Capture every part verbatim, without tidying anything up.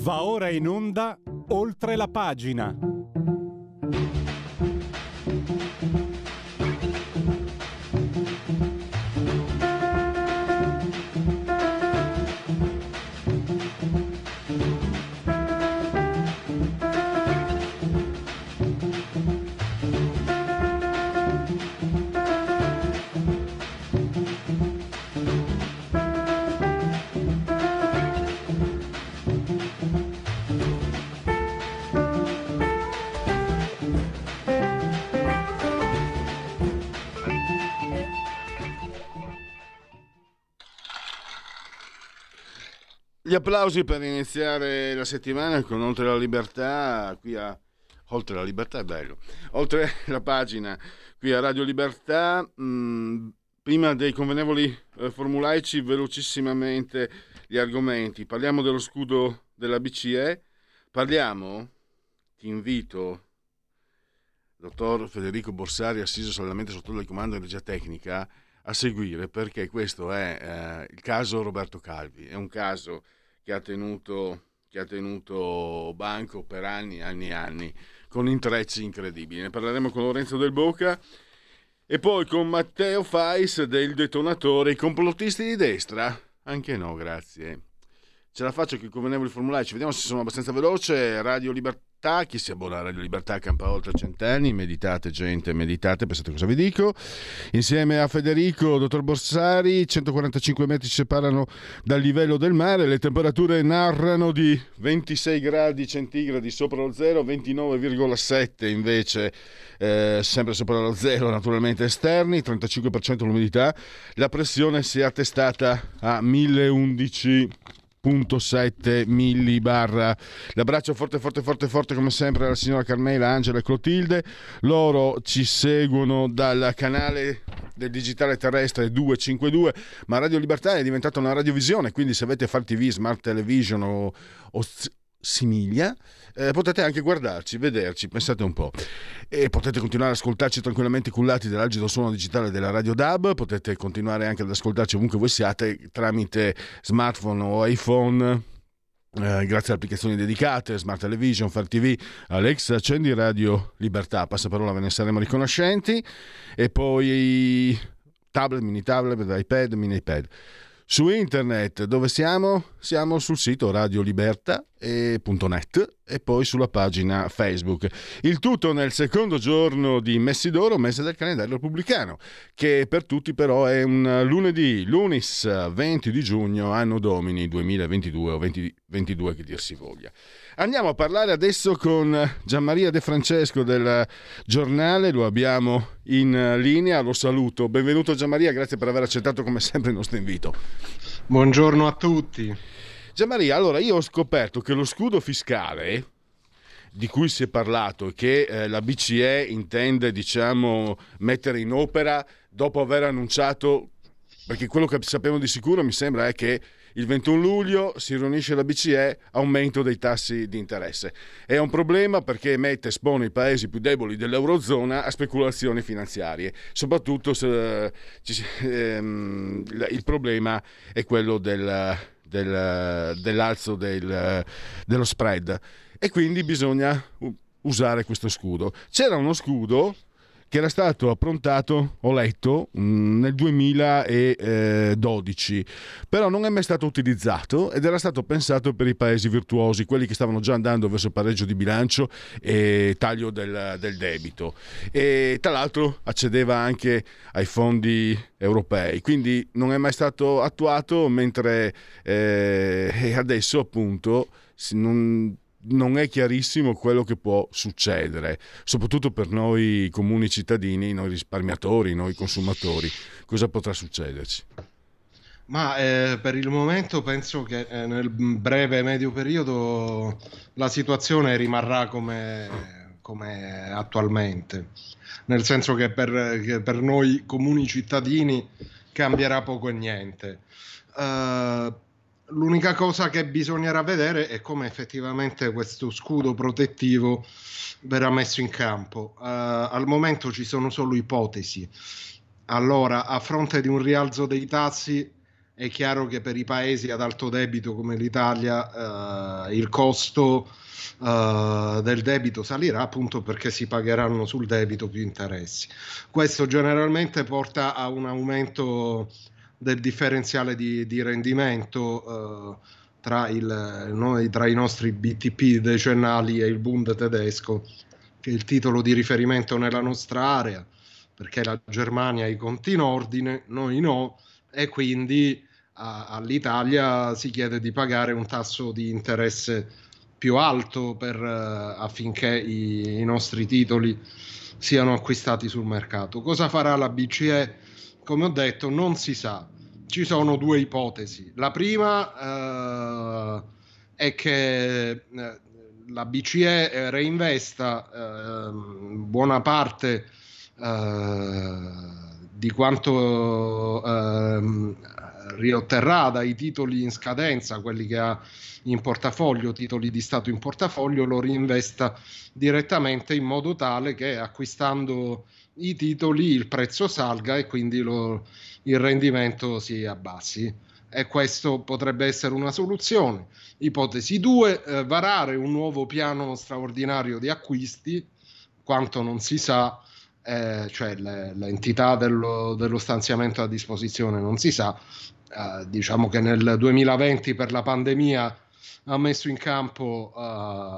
Va ora in onda Oltre la pagina. Gli applausi per iniziare la settimana con Oltre la Libertà, qui a Oltre la Libertà è bello. Oltre la pagina qui a Radio Libertà. Mh, prima dei convenevoli eh, formulaici, velocissimamente gli argomenti. Parliamo dello scudo della B C E. Parliamo, ti invito, dottor Federico Borsari, assiso solamente sotto il comando di regia tecnica, a seguire, perché questo è eh, il caso Roberto Calvi. È un caso che ha tenuto che ha tenuto banco per anni, anni e anni, con intrecci incredibili. Ne parleremo con Lorenzo Del Boca e poi con Matteo Fais del Detonatore. I complottisti di destra? Anche no, grazie. Ce la faccio con i convenevoli formulari, ci vediamo se sono abbastanza veloce. Radio Libertà, chi si abbona a Radio Libertà campa oltre cent'anni. Meditate gente, meditate, pensate cosa vi dico. Insieme a Federico, dottor Borsari, centoquarantacinque metri ci separano dal livello del mare, le temperature narrano di ventisei gradi centigradi sopra lo zero, ventinove virgola sette invece eh, sempre sopra lo zero naturalmente esterni, trentacinque per cento l'umidità, la pressione si è attestata a mille undici virgola sette millibar. L'abbraccio forte forte forte forte come sempre alla signora Carmela, Angela e Clotilde. Loro ci seguono dal canale del digitale terrestre duecentocinquantadue, ma Radio Libertà è diventata una radiovisione, quindi se avete Far T V, Smart Television o, o simiglia, eh, potete anche guardarci, vederci, pensate un po'. E potete continuare ad ascoltarci tranquillamente cullati dall'algido suono digitale della Radio D A B, potete continuare anche ad ascoltarci ovunque voi siate tramite smartphone o iPhone, eh, grazie alle applicazioni dedicate, Smart Television, Far T V, Alexa, accendi Radio Libertà, passaparola, ve ne saremo riconoscenti, e poi tablet, mini tablet, iPad, mini iPad. Su internet dove siamo? Siamo sul sito radiolibertà punto net e poi sulla pagina Facebook. Il tutto nel secondo giorno di Messidoro, mese del calendario repubblicano, che per tutti però è un lunedì, lunis venti di giugno, anno domini duemilaventidue o duemilaventidue che dir si voglia. Andiamo a parlare adesso con Gianmaria De Francesco del Giornale, lo abbiamo in linea, lo saluto. Benvenuto Gianmaria, grazie per aver accettato come sempre il nostro invito. Buongiorno a tutti. Gianmaria, allora io ho scoperto che lo scudo fiscale di cui si è parlato e che eh, la B C E intende, diciamo, mettere in opera dopo aver annunciato, perché quello che sappiamo di sicuro mi sembra è che il ventuno luglio si riunisce la B C E, aumento dei tassi di interesse. È un problema perché mette, espone i paesi più deboli dell'Eurozona a speculazioni finanziarie. Soprattutto se, ci, ehm, il problema è quello del, del, dell'alzo del, dello spread. E quindi bisogna usare questo scudo. C'era uno scudo che era stato approntato, ho letto, nel duemiladodici, però non è mai stato utilizzato ed era stato pensato per i paesi virtuosi, quelli che stavano già andando verso pareggio di bilancio e taglio del, del debito, e tra l'altro accedeva anche ai fondi europei, quindi non è mai stato attuato, mentre eh, adesso appunto non non è chiarissimo quello che può succedere, soprattutto per noi comuni cittadini, noi risparmiatori, noi consumatori. Cosa potrà succederci? Ma eh, per il momento penso che eh, nel breve e medio periodo la situazione rimarrà come, come attualmente, nel senso che per, che per noi comuni cittadini cambierà poco e niente. Uh, L'unica cosa che bisognerà vedere è come effettivamente questo scudo protettivo verrà messo in campo. Uh, al momento ci sono solo ipotesi. Allora, a fronte di un rialzo dei tassi, è chiaro che per i paesi ad alto debito come l'Italia eh, il costo eh, del debito salirà, appunto perché si pagheranno sul debito più interessi. Questo generalmente porta a un aumento del differenziale di, di rendimento eh, tra, il, noi, tra i nostri B T P decennali e il Bund tedesco, che è il titolo di riferimento nella nostra area, perché la Germania ha i conti in ordine, noi no, e quindi a, all'Italia si chiede di pagare un tasso di interesse più alto per, uh, affinché i, i nostri titoli siano acquistati sul mercato. Cosa farà la B C E? Come ho detto, non si sa. Ci sono due ipotesi. La prima uh, è che uh, la B C E reinvesta uh, buona parte uh, di quanto uh, riotterrà dai titoli in scadenza, quelli che ha in portafoglio, titoli di Stato in portafoglio, lo reinvesta direttamente in modo tale che acquistando i titoli il prezzo salga e quindi lo, il rendimento si abbassi. E questo potrebbe essere una soluzione. Ipotesi due, eh, varare un nuovo piano straordinario di acquisti, quanto non si sa, eh, cioè le, l'entità dello, dello stanziamento a disposizione non si sa. Eh, diciamo che nel duemilaventi per la pandemia ha messo in campo uh,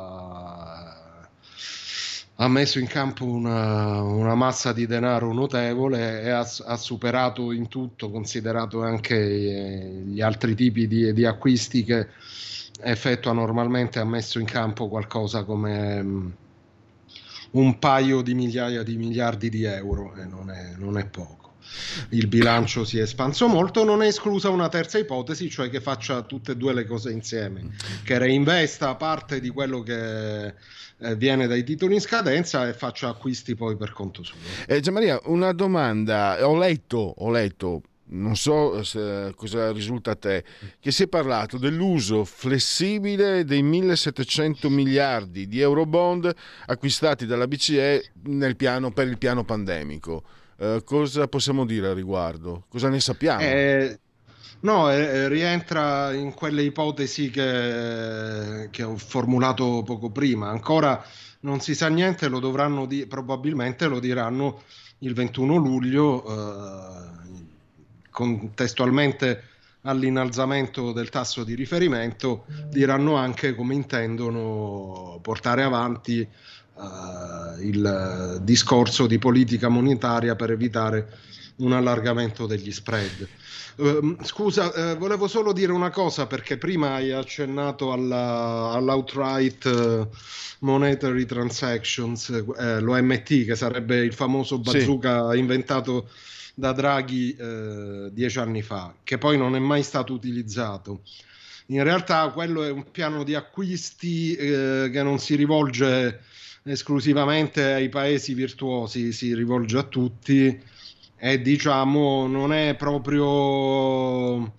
ha messo in campo una, una massa di denaro notevole e ha, ha superato in tutto, considerato anche gli altri tipi di, di acquisti che effettua normalmente, ha messo in campo qualcosa come um, un paio di migliaia di miliardi di euro, e non è, non è poco. Il bilancio si è espanso molto, non è esclusa una terza ipotesi, cioè che faccia tutte e due le cose insieme, che reinvesta parte di quello che eh, viene dai titoli in scadenza e faccia acquisti poi per conto suo. Eh, Gianmaria, una domanda, ho letto, ho letto, non so se, cosa risulta a te, che si è parlato dell'uso flessibile dei millesettecento miliardi di eurobond acquistati dalla B C E nel piano, per il piano pandemico. Uh, cosa possiamo dire al riguardo? Cosa ne sappiamo? Eh, no, eh, rientra in quelle ipotesi che, che ho formulato poco prima. Ancora non si sa niente, lo dovranno di, probabilmente lo diranno il ventuno luglio, eh, contestualmente all'innalzamento del tasso di riferimento, diranno anche come intendono portare avanti Uh, il discorso di politica monetaria per evitare un allargamento degli spread. Uh, scusa, uh, volevo solo dire una cosa, perché prima hai accennato alla, all'outright uh, monetary transactions, uh, l'O M T, che sarebbe il famoso bazooka sì. inventato da Draghi uh, dieci anni fa, che poi non è mai stato utilizzato. In realtà quello è un piano di acquisti uh, che non si rivolge esclusivamente ai paesi virtuosi, si rivolge a tutti e diciamo non è proprio uh,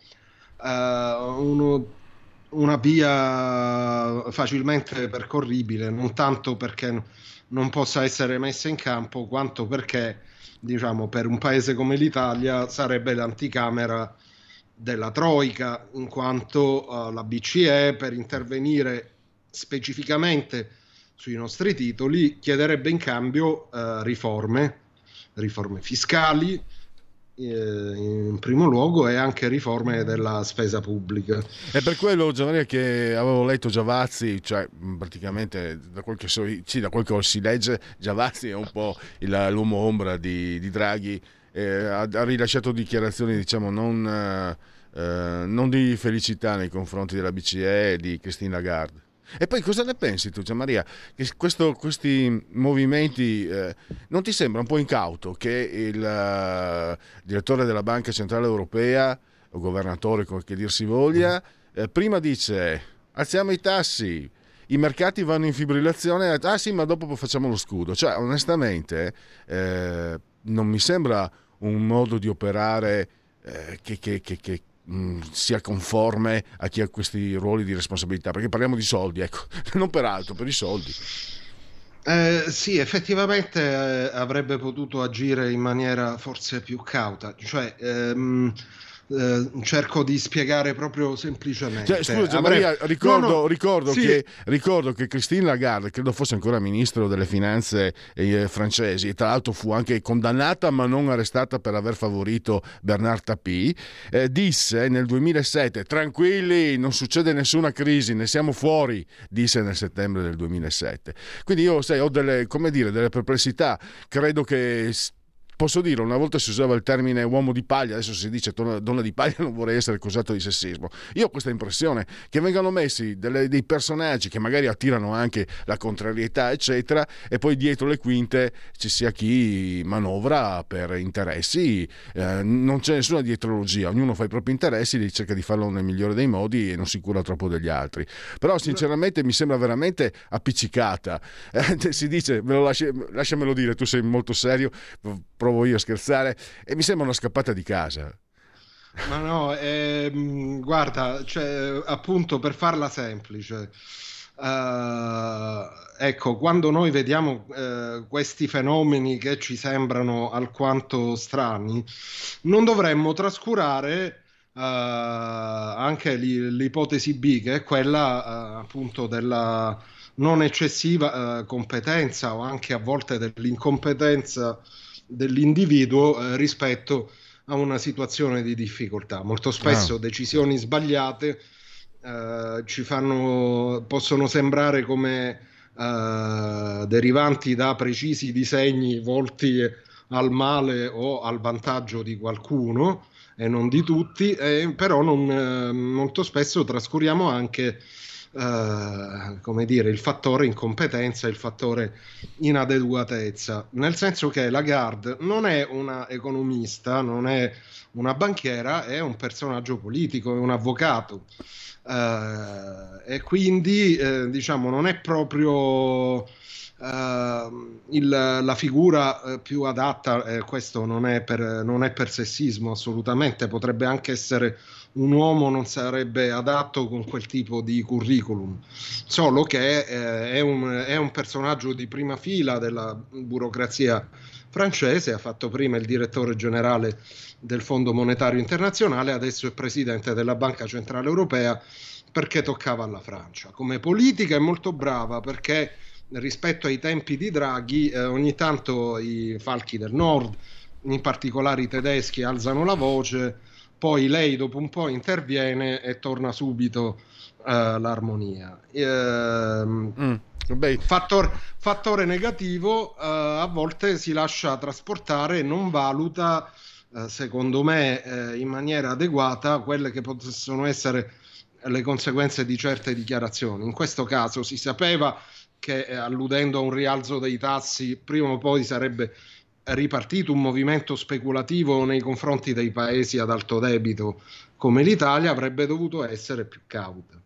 uno, una via facilmente percorribile, non tanto perché non possa essere messa in campo, quanto perché diciamo per un paese come l'Italia sarebbe l'anticamera della Troica, in quanto uh, la B C E per intervenire specificamente sui nostri titoli chiederebbe in cambio uh, riforme, riforme fiscali eh, in primo luogo, e anche riforme della spesa pubblica. È per quello, Gianmaria, che avevo letto Giavazzi, cioè praticamente da quel che, so, sì, da quel che si legge, Giavazzi è un po' il, l'uomo ombra di, di Draghi, eh, ha, ha rilasciato dichiarazioni diciamo non, eh, non di felicità nei confronti della B C E e di Christine Lagarde. E poi cosa ne pensi tu, Gianmaria, che questo, questi movimenti eh, non ti sembra un po' incauto che il uh, direttore della Banca Centrale Europea, o governatore che dir si voglia, eh, prima dice alziamo i tassi, i mercati vanno in fibrillazione, ah sì ma dopo facciamo lo scudo, cioè onestamente eh, non mi sembra un modo di operare eh, che, che, che, che sia conforme a chi ha questi ruoli di responsabilità, perché parliamo di soldi, ecco, non per altro, per i soldi. Eh, sì, effettivamente eh, avrebbe potuto agire in maniera forse più cauta, cioè ehm, eh, cerco di spiegare proprio semplicemente. Cioè, scusa Gianmaria, Avrei... ricordo, no, no, ricordo, sì. che, ricordo che Christine Lagarde, credo fosse ancora ministro delle finanze eh, francesi, e tra l'altro fu anche condannata ma non arrestata per aver favorito Bernard Tapie, eh, disse nel duemilasette: tranquilli, non succede nessuna crisi, ne siamo fuori, disse nel settembre del duemilasette. Quindi io sai, ho delle, come dire, delle perplessità. Credo che, posso dire, una volta si usava il termine uomo di paglia, adesso si dice donna di paglia, non vorrei essere accusato di sessismo. Io ho questa impressione che vengano messi delle, dei personaggi che magari attirano anche la contrarietà, eccetera, e poi dietro le quinte ci sia chi manovra per interessi. Eh, non c'è nessuna dietrologia, ognuno fa i propri interessi e cerca di farlo nel migliore dei modi e non si cura troppo degli altri. Però sinceramente mi sembra veramente appiccicata. Eh, si dice, me lo lasci, lasciamelo dire, tu sei molto serio, provo io a scherzare, e mi sembra una scappata di casa. Ma no, ehm, guarda, cioè, appunto, per farla semplice, eh, ecco, quando noi vediamo eh, questi fenomeni che ci sembrano alquanto strani, non dovremmo trascurare eh, anche l'ipotesi B, che è quella eh, appunto della non eccessiva eh, competenza, o anche a volte dell'incompetenza dell'individuo eh, rispetto a una situazione di difficoltà. Molto spesso ah. decisioni sbagliate eh, ci fanno, possono sembrare come eh, derivanti da precisi disegni volti al male o al vantaggio di qualcuno e non di tutti, eh, però non, eh, molto spesso trascuriamo anche Uh, come dire, il fattore incompetenza, il fattore inadeguatezza, nel senso che Lagarde non è una economista, non è una banchiera, è un personaggio politico, è un avvocato uh, e quindi uh, diciamo non è proprio Uh, il, la figura uh, più adatta, eh, questo non è, per, non è per sessismo assolutamente, potrebbe anche essere un uomo, non sarebbe adatto con quel tipo di curriculum, solo che eh, è, un, è un personaggio di prima fila della burocrazia francese, ha fatto prima il direttore generale del Fondo Monetario Internazionale, adesso è presidente della Banca Centrale Europea perché toccava alla Francia. Come politica è molto brava perché rispetto ai tempi di Draghi eh, ogni tanto i falchi del nord, in particolare i tedeschi, alzano la voce, poi lei dopo un po' interviene e torna subito eh, l'armonia. Eh, mm, fattor, fattore negativo, eh, a volte si lascia trasportare e non valuta, eh, secondo me eh, in maniera adeguata, quelle che possono essere le conseguenze di certe dichiarazioni. In questo caso si sapeva che eh, alludendo a un rialzo dei tassi prima o poi sarebbe ripartito un movimento speculativo nei confronti dei paesi ad alto debito come l'Italia, avrebbe dovuto essere più cauta.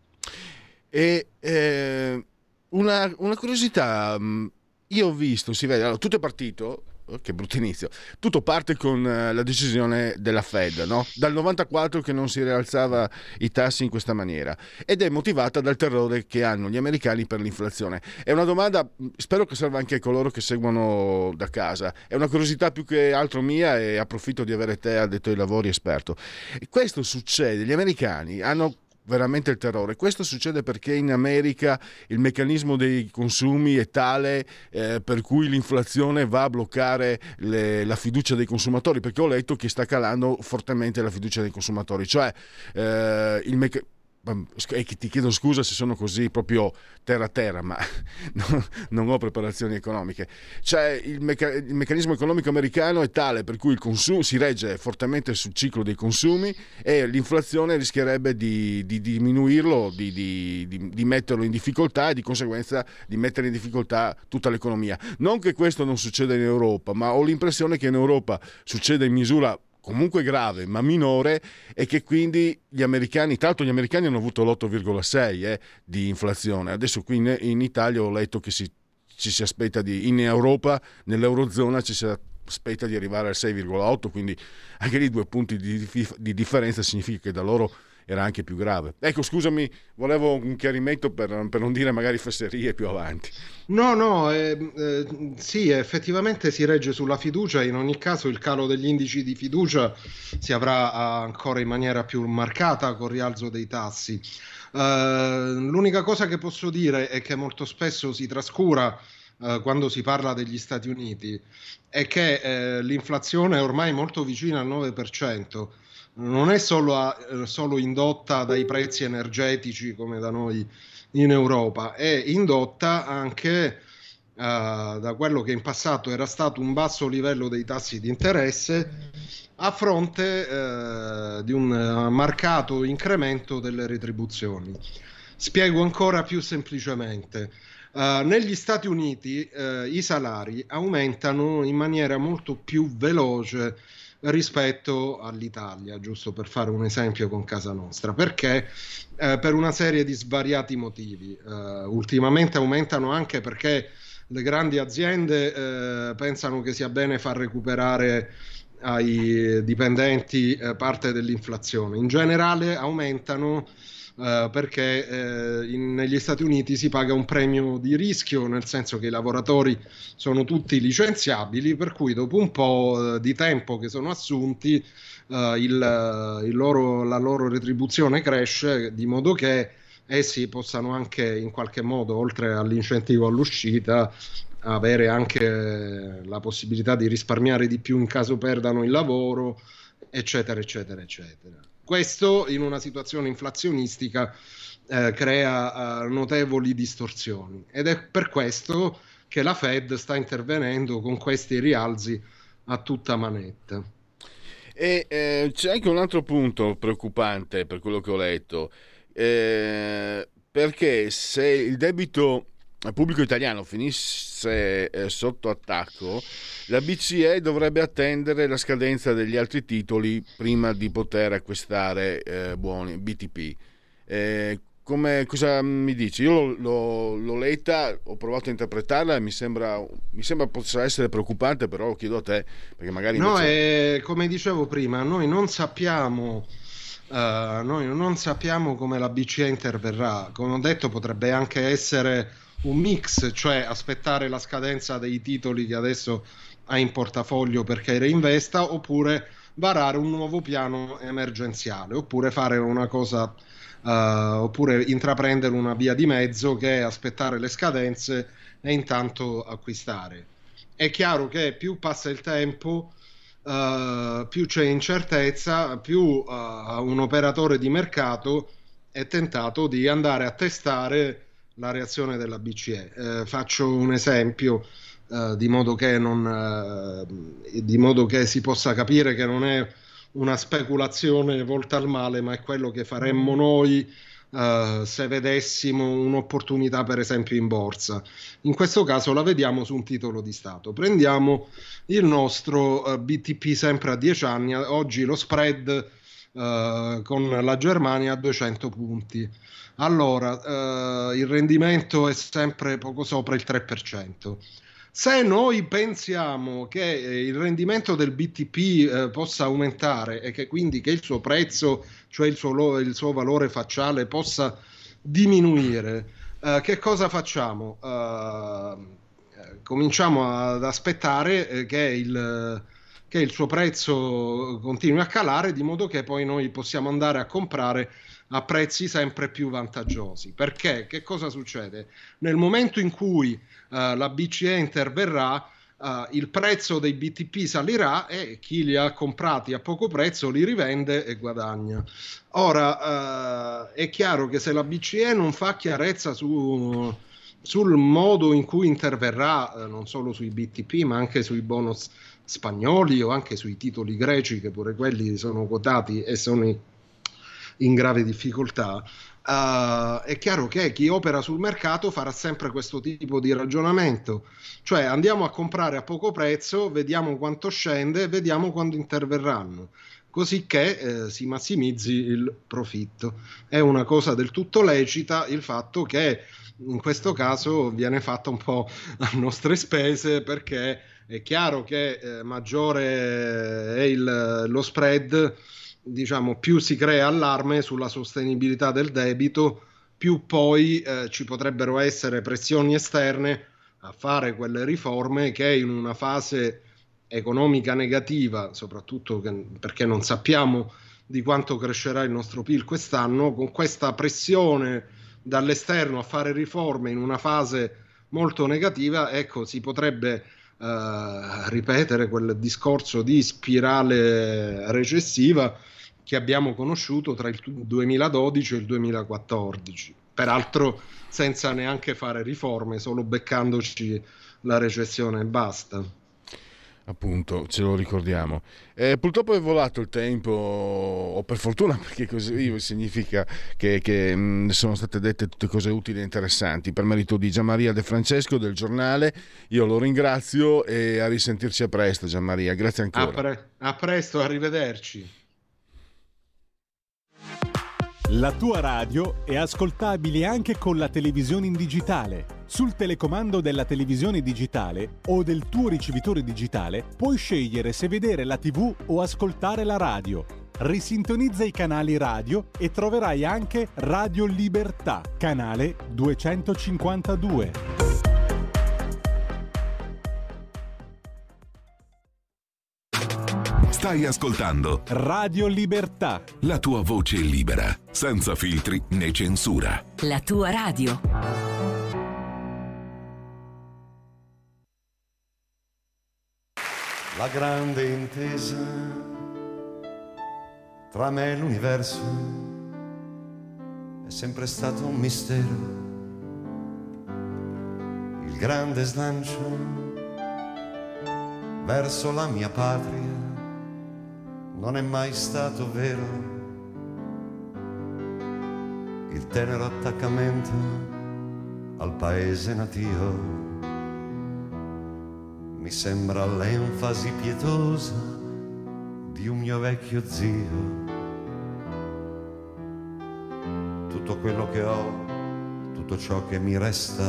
E eh, una, una curiosità, io ho visto, si vede, allora, tutto è partito, oh, che brutto inizio, tutto parte con la decisione della Fed, no? Dal novantaquattro che non si rialzava i tassi in questa maniera, ed è motivata dal terrore che hanno gli americani per l'inflazione. È una domanda, spero che serva anche a coloro che seguono da casa, è una curiosità più che altro mia e approfitto di avere te addetto ai lavori esperto. E questo succede, gli americani hanno veramente il terrore. Questo succede perché in America il meccanismo dei consumi è tale eh, per cui l'inflazione va a bloccare le, la fiducia dei consumatori, perché ho letto che sta calando fortemente la fiducia dei consumatori, cioè eh, il meccanismo. E ti chiedo scusa se sono così proprio terra terra, ma no, non ho preparazioni economiche. Cioè il, meca- il meccanismo economico americano è tale per cui il consumo si regge fortemente sul ciclo dei consumi e l'inflazione rischierebbe di, di diminuirlo, di, di, di, di metterlo in difficoltà e di conseguenza di mettere in difficoltà tutta l'economia. Non che questo non succeda in Europa, ma ho l'impressione che in Europa succeda in misura comunque grave ma minore e che quindi gli americani, tra l'altro gli americani hanno avuto l'otto virgola sei eh, di inflazione, adesso qui in, in Italia ho letto che si, ci si aspetta di, in Europa, nell'Eurozona ci si aspetta di arrivare al sei virgola otto, quindi anche lì due punti di, di differenza significa che da loro era anche più grave. Ecco, scusami, volevo un chiarimento per, per non dire magari fesserie più avanti. No, no, eh, eh, sì, effettivamente si regge sulla fiducia. In ogni caso il calo degli indici di fiducia si avrà ancora in maniera più marcata col rialzo dei tassi. Uh, l'unica cosa che posso dire è che molto spesso si trascura uh, quando si parla degli Stati Uniti è che uh, l'inflazione è ormai molto vicina al nove per cento, non è solo, a, solo indotta dai prezzi energetici come da noi in Europa, è indotta anche uh, da quello che in passato era stato un basso livello dei tassi di interesse a fronte eh, di un marcato incremento delle retribuzioni. Spiego ancora più semplicemente. Uh, negli Stati Uniti uh, i salari aumentano in maniera molto più veloce rispetto all'Italia, giusto per fare un esempio con Casa Nostra, perché uh, per una serie di svariati motivi. Uh, ultimamente aumentano anche perché le grandi aziende uh, pensano che sia bene far recuperare ai dipendenti eh, parte dell'inflazione. In generale aumentano eh, perché eh, in, negli Stati Uniti si paga un premio di rischio, nel senso che i lavoratori sono tutti licenziabili, per cui dopo un po' eh, di tempo che sono assunti eh, il, il loro, la loro retribuzione cresce, di modo che essi possano anche in qualche modo, oltre all'incentivo all'uscita, avere anche la possibilità di risparmiare di più in caso perdano il lavoro, eccetera, eccetera, eccetera. Questo in una situazione inflazionistica eh, crea eh, notevoli distorsioni ed è per questo che la Fed sta intervenendo con questi rialzi a tutta manetta. E eh, c'è anche un altro punto preoccupante per quello che ho letto, eh, perché se il debito pubblico italiano finisse eh, sotto attacco, la B C E dovrebbe attendere la scadenza degli altri titoli prima di poter acquistare eh, buoni B T P. Eh, come, cosa mi dici? Io l'ho, l'ho, l'ho letta, ho provato a interpretarla e mi sembra, mi sembra possa essere preoccupante, però lo chiedo a te perché magari no, invece... è, come dicevo prima, noi non sappiamo uh, noi non sappiamo come la B C E interverrà. Come ho detto, potrebbe anche essere un mix, cioè aspettare la scadenza dei titoli che adesso ha in portafoglio perché reinvesta, oppure varare un nuovo piano emergenziale, oppure fare una cosa, uh, oppure intraprendere una via di mezzo che è aspettare le scadenze e intanto acquistare. È chiaro che più passa il tempo, uh, più c'è incertezza, più uh, un operatore di mercato è tentato di andare a testare la reazione della B C E. Eh, faccio un esempio eh, di modo che non eh, di modo che si possa capire che non è una speculazione volta al male, ma è quello che faremmo noi eh, se vedessimo un'opportunità, per esempio in borsa. In questo caso la vediamo su un titolo di Stato. Prendiamo il nostro eh, B T P sempre a dieci anni, oggi lo spread eh, con la Germania a duecento punti. Allora, eh, il rendimento è sempre poco sopra il tre per cento. Se noi pensiamo che il rendimento del B T P eh, possa aumentare e che quindi che il suo prezzo, cioè il suo, il suo valore facciale, possa diminuire, eh, che cosa facciamo? Eh, cominciamo ad aspettare eh, che il che il suo prezzo continui a calare, di modo che poi noi possiamo andare a comprare a prezzi sempre più vantaggiosi. Perché? Che cosa succede? Nel momento in cui uh, la B C E interverrà, uh, il prezzo dei B T P salirà e chi li ha comprati a poco prezzo li rivende e guadagna. Ora, uh, è chiaro che se la B C E non fa chiarezza su, sul modo in cui interverrà, uh, non solo sui B T P ma anche sui bonus spagnoli o anche sui titoli greci, che pure quelli sono quotati e sono in grave difficoltà, uh, è chiaro che chi opera sul mercato farà sempre questo tipo di ragionamento, cioè andiamo a comprare a poco prezzo, vediamo quanto scende, vediamo quando interverranno, così che eh, si massimizzi il profitto. È una cosa del tutto lecita il fatto che in questo caso viene fatta un po' a nostre spese, perché è chiaro che eh, maggiore è il, lo spread, diciamo, più si crea allarme sulla sostenibilità del debito, più poi eh, ci potrebbero essere pressioni esterne a fare quelle riforme che in una fase economica negativa, soprattutto che, perché non sappiamo di quanto crescerà il nostro P I L quest'anno, con questa pressione dall'esterno a fare riforme in una fase molto negativa, ecco, si potrebbe eh, ripetere quel discorso di spirale recessiva che abbiamo conosciuto tra il duemiladodici e il duemilaquattordici, peraltro senza neanche fare riforme, solo beccandoci la recessione e basta. Appunto, ce lo ricordiamo. Eh, purtroppo è volato il tempo, o per fortuna, perché così significa che, che mh, sono state dette tutte cose utili e interessanti. Per merito di Gianmaria De Francesco del Giornale, io lo ringrazio e a risentirci a presto, Gianmaria. Grazie ancora. A, pre- a presto, arrivederci. La tua radio è ascoltabile anche con la televisione in digitale. Sul telecomando della televisione digitale o del tuo ricevitore digitale puoi scegliere se vedere la tivù o ascoltare la radio. Risintonizza i canali radio e troverai anche Radio Libertà, canale duecentocinquantadue. Stai ascoltando Radio Libertà, la tua voce libera, senza filtri né censura. La tua radio. La grande intesa tra me e l'universo è sempre stato un mistero. Il grande slancio verso la mia patria non è mai stato vero. Il tenero attaccamento al paese natio mi sembra l'enfasi pietosa di un mio vecchio zio. Tutto quello che ho, tutto ciò che mi resta,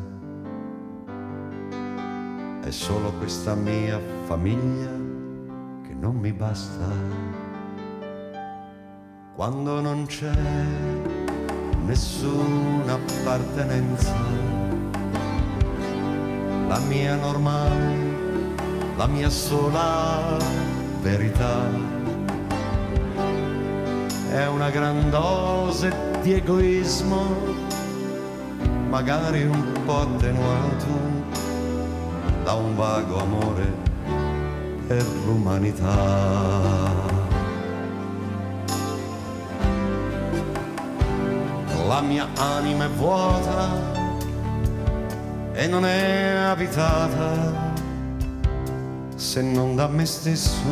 è solo questa mia famiglia che non mi basta. Quando non c'è nessuna appartenenza, la mia normale, la mia sola verità è una gran dose di egoismo, magari un po' attenuato da un vago amore per l'umanità. La mia anima è vuota e non è abitata se non da me stesso.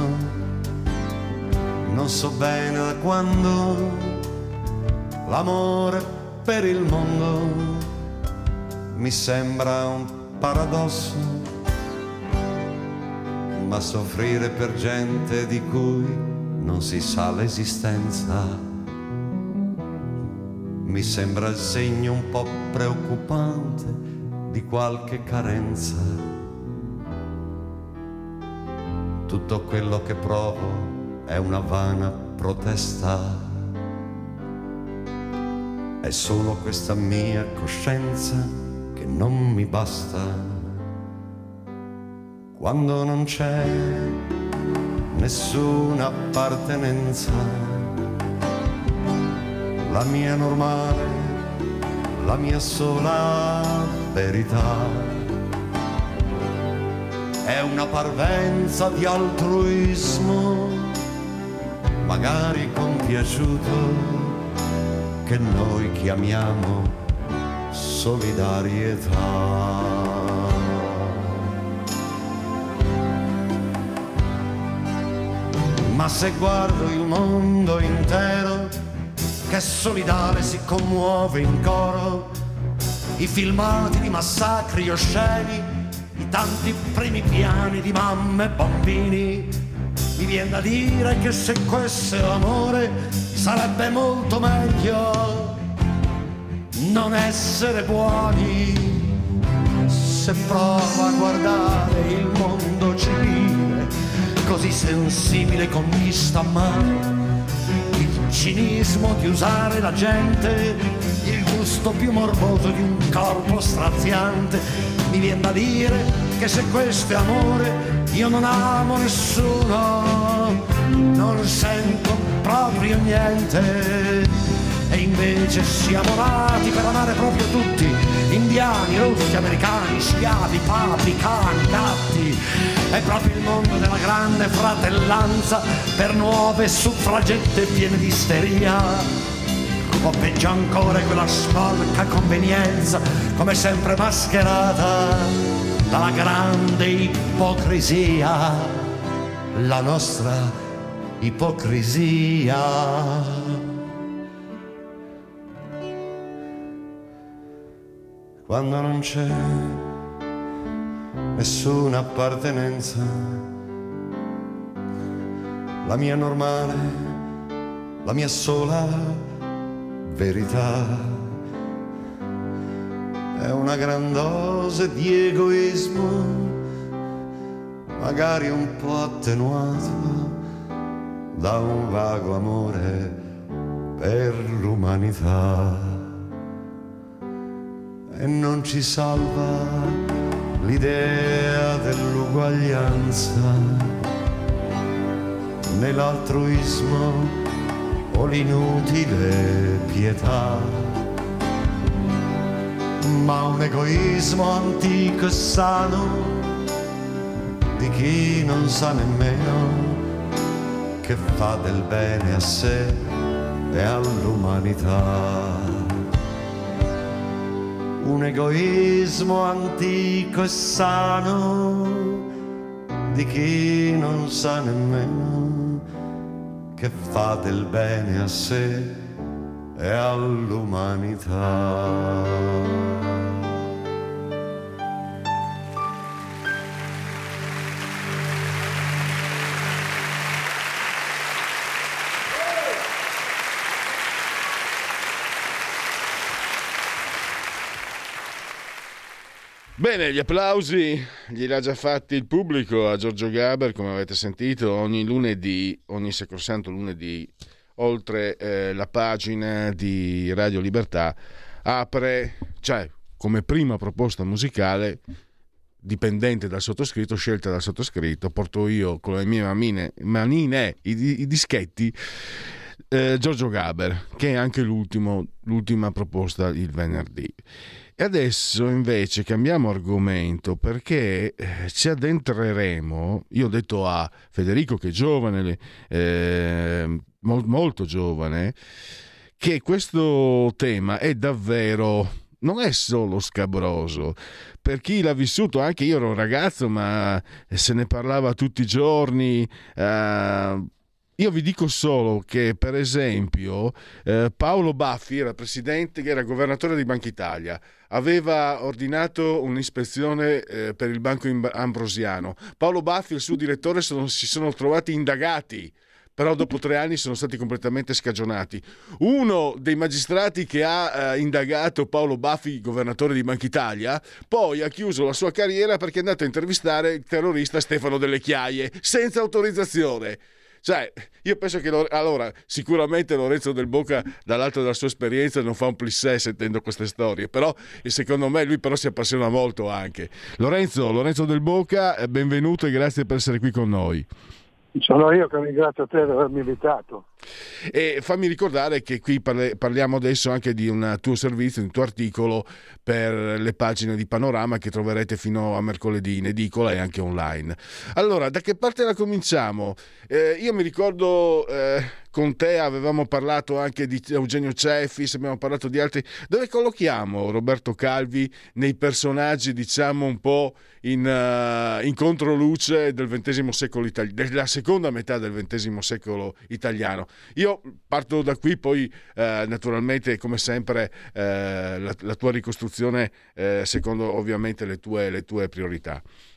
Non so bene da quando l'amore per il mondo mi sembra un paradosso, ma soffrire per gente di cui non si sa l'esistenza mi sembra il segno un po' preoccupante di qualche carenza. Tutto quello che provo è una vana protesta, è solo questa mia coscienza che non mi basta. Quando non c'è nessuna appartenenza, la mia normale, la mia sola verità è una parvenza di altruismo, magari compiaciuto, che noi chiamiamo solidarietà. Ma se guardo il mondo intero che solidale si commuove in coro, i filmati di massacri osceni, i tanti primi piani di mamme e bambini, mi viene da dire che se questo è amore sarebbe molto meglio non essere buoni. Se provo a guardare il mondo civile così sensibile con chi sta male, cinismo di usare la gente, il gusto più morboso di un corpo straziante. Mi viene da dire che se questo è amore io non amo nessuno, non sento proprio niente. E invece siamo nati per amare proprio tutti, indiani, russi, americani, schiavi, papi, cani, gatti. È proprio il mondo della grande fratellanza per nuove suffragette piene di isteria. O peggio ancora è quella sporca convenienza, come sempre mascherata dalla grande ipocrisia, la nostra ipocrisia. Quando non c'è nessuna appartenenza, la mia normale, la mia sola verità è una gran dose di egoismo, magari un po' attenuato da un vago amore per l'umanità. E non ci salva l'idea dell'uguaglianza, né l'altruismo o l'inutile pietà, ma un egoismo antico e sano di chi non sa nemmeno che fa del bene a sé e all'umanità. Un egoismo antico e sano di chi non sa nemmeno che fa del bene a sé e all'umanità. Bene, gli applausi gliel'ha già fatti il pubblico a Giorgio Gaber, come avete sentito. Ogni lunedì, ogni Sacrosanto lunedì, oltre eh, la pagina di Radio Libertà, apre, cioè come prima proposta musicale dipendente dal sottoscritto, scelta dal sottoscritto, porto io con le mie manine, manine i, i dischetti, eh, Giorgio Gaber, che è anche l'ultimo, l'ultima proposta il venerdì. E adesso invece cambiamo argomento, perché ci addentreremo. Io ho detto a Federico, che è giovane, eh, molto giovane, che questo tema è davvero, non è solo scabroso. Per chi l'ha vissuto, anche io ero un ragazzo, ma se ne parlava tutti i giorni. eh, Io vi dico solo che, per esempio, eh, Paolo Baffi era presidente, che era governatore di Banca Italia, aveva ordinato un'ispezione eh, per il Banco Ambrosiano. Paolo Baffi e il suo direttore sono, si sono trovati indagati, però dopo tre anni sono stati completamente scagionati. Uno dei magistrati che ha eh, indagato Paolo Baffi, governatore di Banca Italia, poi ha chiuso la sua carriera perché è andato a intervistare il terrorista Stefano Delle Chiaie, senza autorizzazione. Cioè, io penso che allora sicuramente Lorenzo Del Boca, dall'alto della sua esperienza, non fa un plissé sentendo queste storie, però secondo me lui però si appassiona molto anche. Lorenzo, Lorenzo Del Boca, benvenuto e grazie per essere qui con noi. Sono io che ringrazio te di avermi invitato. E fammi ricordare che qui parle, parliamo adesso anche di un tuo servizio, di un tuo articolo per le pagine di Panorama che troverete fino a mercoledì in edicola e anche online. Allora, da che parte la cominciamo? Eh, io mi ricordo eh, con te avevamo parlato anche di Eugenio Cefis, abbiamo parlato di altri. Dove collochiamo Roberto Calvi nei personaggi, diciamo, un po' in, uh, in controluce del ventesimo secolo italiano, della seconda metà del ventesimo secolo italiano? Io parto da qui, poi eh, naturalmente, come sempre, eh, la, la tua ricostruzione eh, secondo ovviamente le tue, le tue priorità.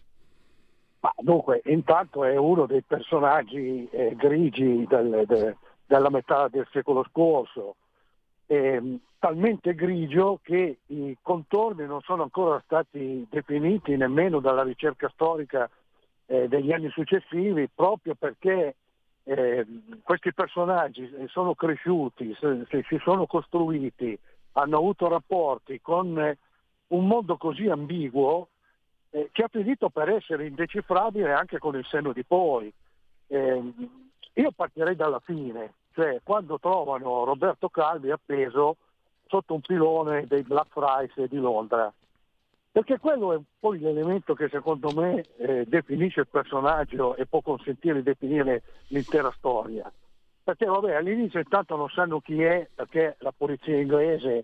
Ma dunque, intanto è uno dei personaggi eh, grigi del, de, della metà del secolo scorso, eh, talmente grigio che i contorni non sono ancora stati definiti nemmeno dalla ricerca storica eh, degli anni successivi, proprio perché eh, questi personaggi sono cresciuti, se, se si sono costruiti, hanno avuto rapporti con eh, un mondo così ambiguo eh, che ha finito per essere indecifrabile anche con il senno di poi. Eh, io partirei dalla fine, cioè quando trovano Roberto Calvi appeso sotto un pilone dei Blackfriars di Londra, perché quello è poi l'elemento che secondo me eh, definisce il personaggio e può consentire di definire l'intera storia. Perché vabbè, all'inizio intanto non sanno chi è, perché la polizia inglese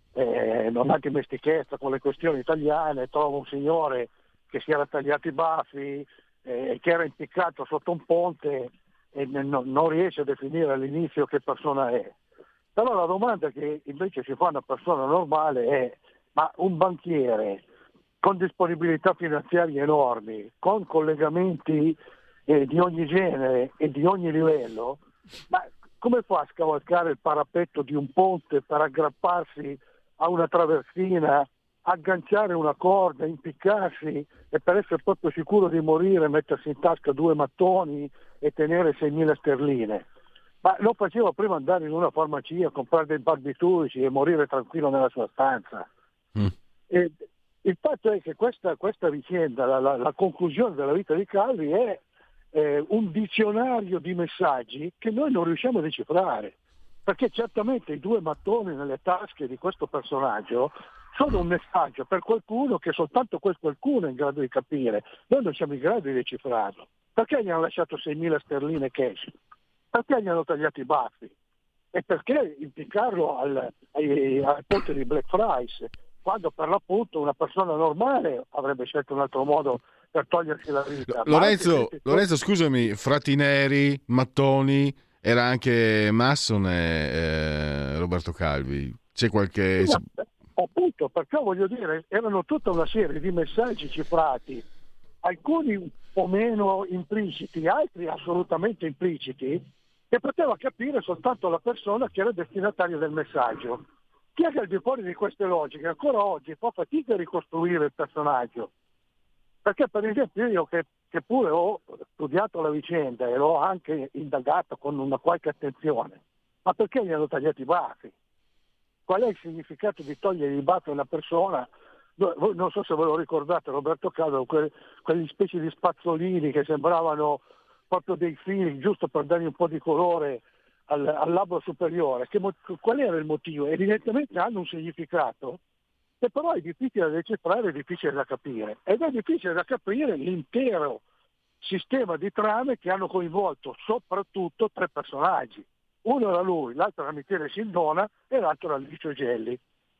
eh, non ha dimestichezza con le questioni italiane, trova un signore che si era tagliato i baffi, eh, che era impiccato sotto un ponte e non, non riesce a definire all'inizio che persona è. Però la domanda che invece si fa a una persona normale è: ma un banchiere con disponibilità finanziarie enormi, con collegamenti eh, di ogni genere e di ogni livello, ma come fa a scavalcare il parapetto di un ponte per aggrapparsi a una traversina, agganciare una corda, impiccarsi e per essere proprio sicuro di morire mettersi in tasca due mattoni e tenere seimila sterline? Ma lo faceva prima andare in una farmacia, comprare dei barbiturici e morire tranquillo nella sua stanza. Mm. E il fatto è che questa, questa vicenda, la, la, la conclusione della vita di Calvi è eh, un dizionario di messaggi che noi non riusciamo a decifrare, perché certamente i due mattoni nelle tasche di questo personaggio sono un messaggio per qualcuno che soltanto quel qualcuno è in grado di capire. Noi non siamo in grado di decifrarlo. Perché gli hanno lasciato seimila sterline cash? Perché gli hanno tagliato i baffi? E perché impiccarlo al, ai, al ponte di Blackfriars, quando per l'appunto una persona normale avrebbe scelto un altro modo per togliersi la vita? Lorenzo, Lorenzo scusami, frati neri, mattoni, era anche massone eh, Roberto Calvi. C'è qualche... Sì, appunto, perché voglio dire, erano tutta una serie di messaggi cifrati, alcuni un po' meno impliciti, altri assolutamente impliciti, che poteva capire soltanto la persona che era destinataria del messaggio. Chi è che al di fuori di queste logiche ancora oggi fa fatica a ricostruire il personaggio? Perché per esempio io che, che pure ho studiato la vicenda e l'ho anche indagato con una qualche attenzione, ma perché gli hanno tagliato i baffi? Qual è il significato di togliere i baffi a una persona? Non so se ve lo ricordate, Roberto Calvo, que, quegli specie di spazzolini che sembravano proprio dei fili, giusto per dargli un po' di colore al, al labbro superiore. Che, qual era il motivo? Evidentemente hanno un significato che però è difficile da decifrare, è difficile da capire. Ed è difficile da capire l'intero sistema di trame che hanno coinvolto soprattutto tre personaggi. Uno era lui, l'altro era Michele Sindona e l'altro era Licio Gelli.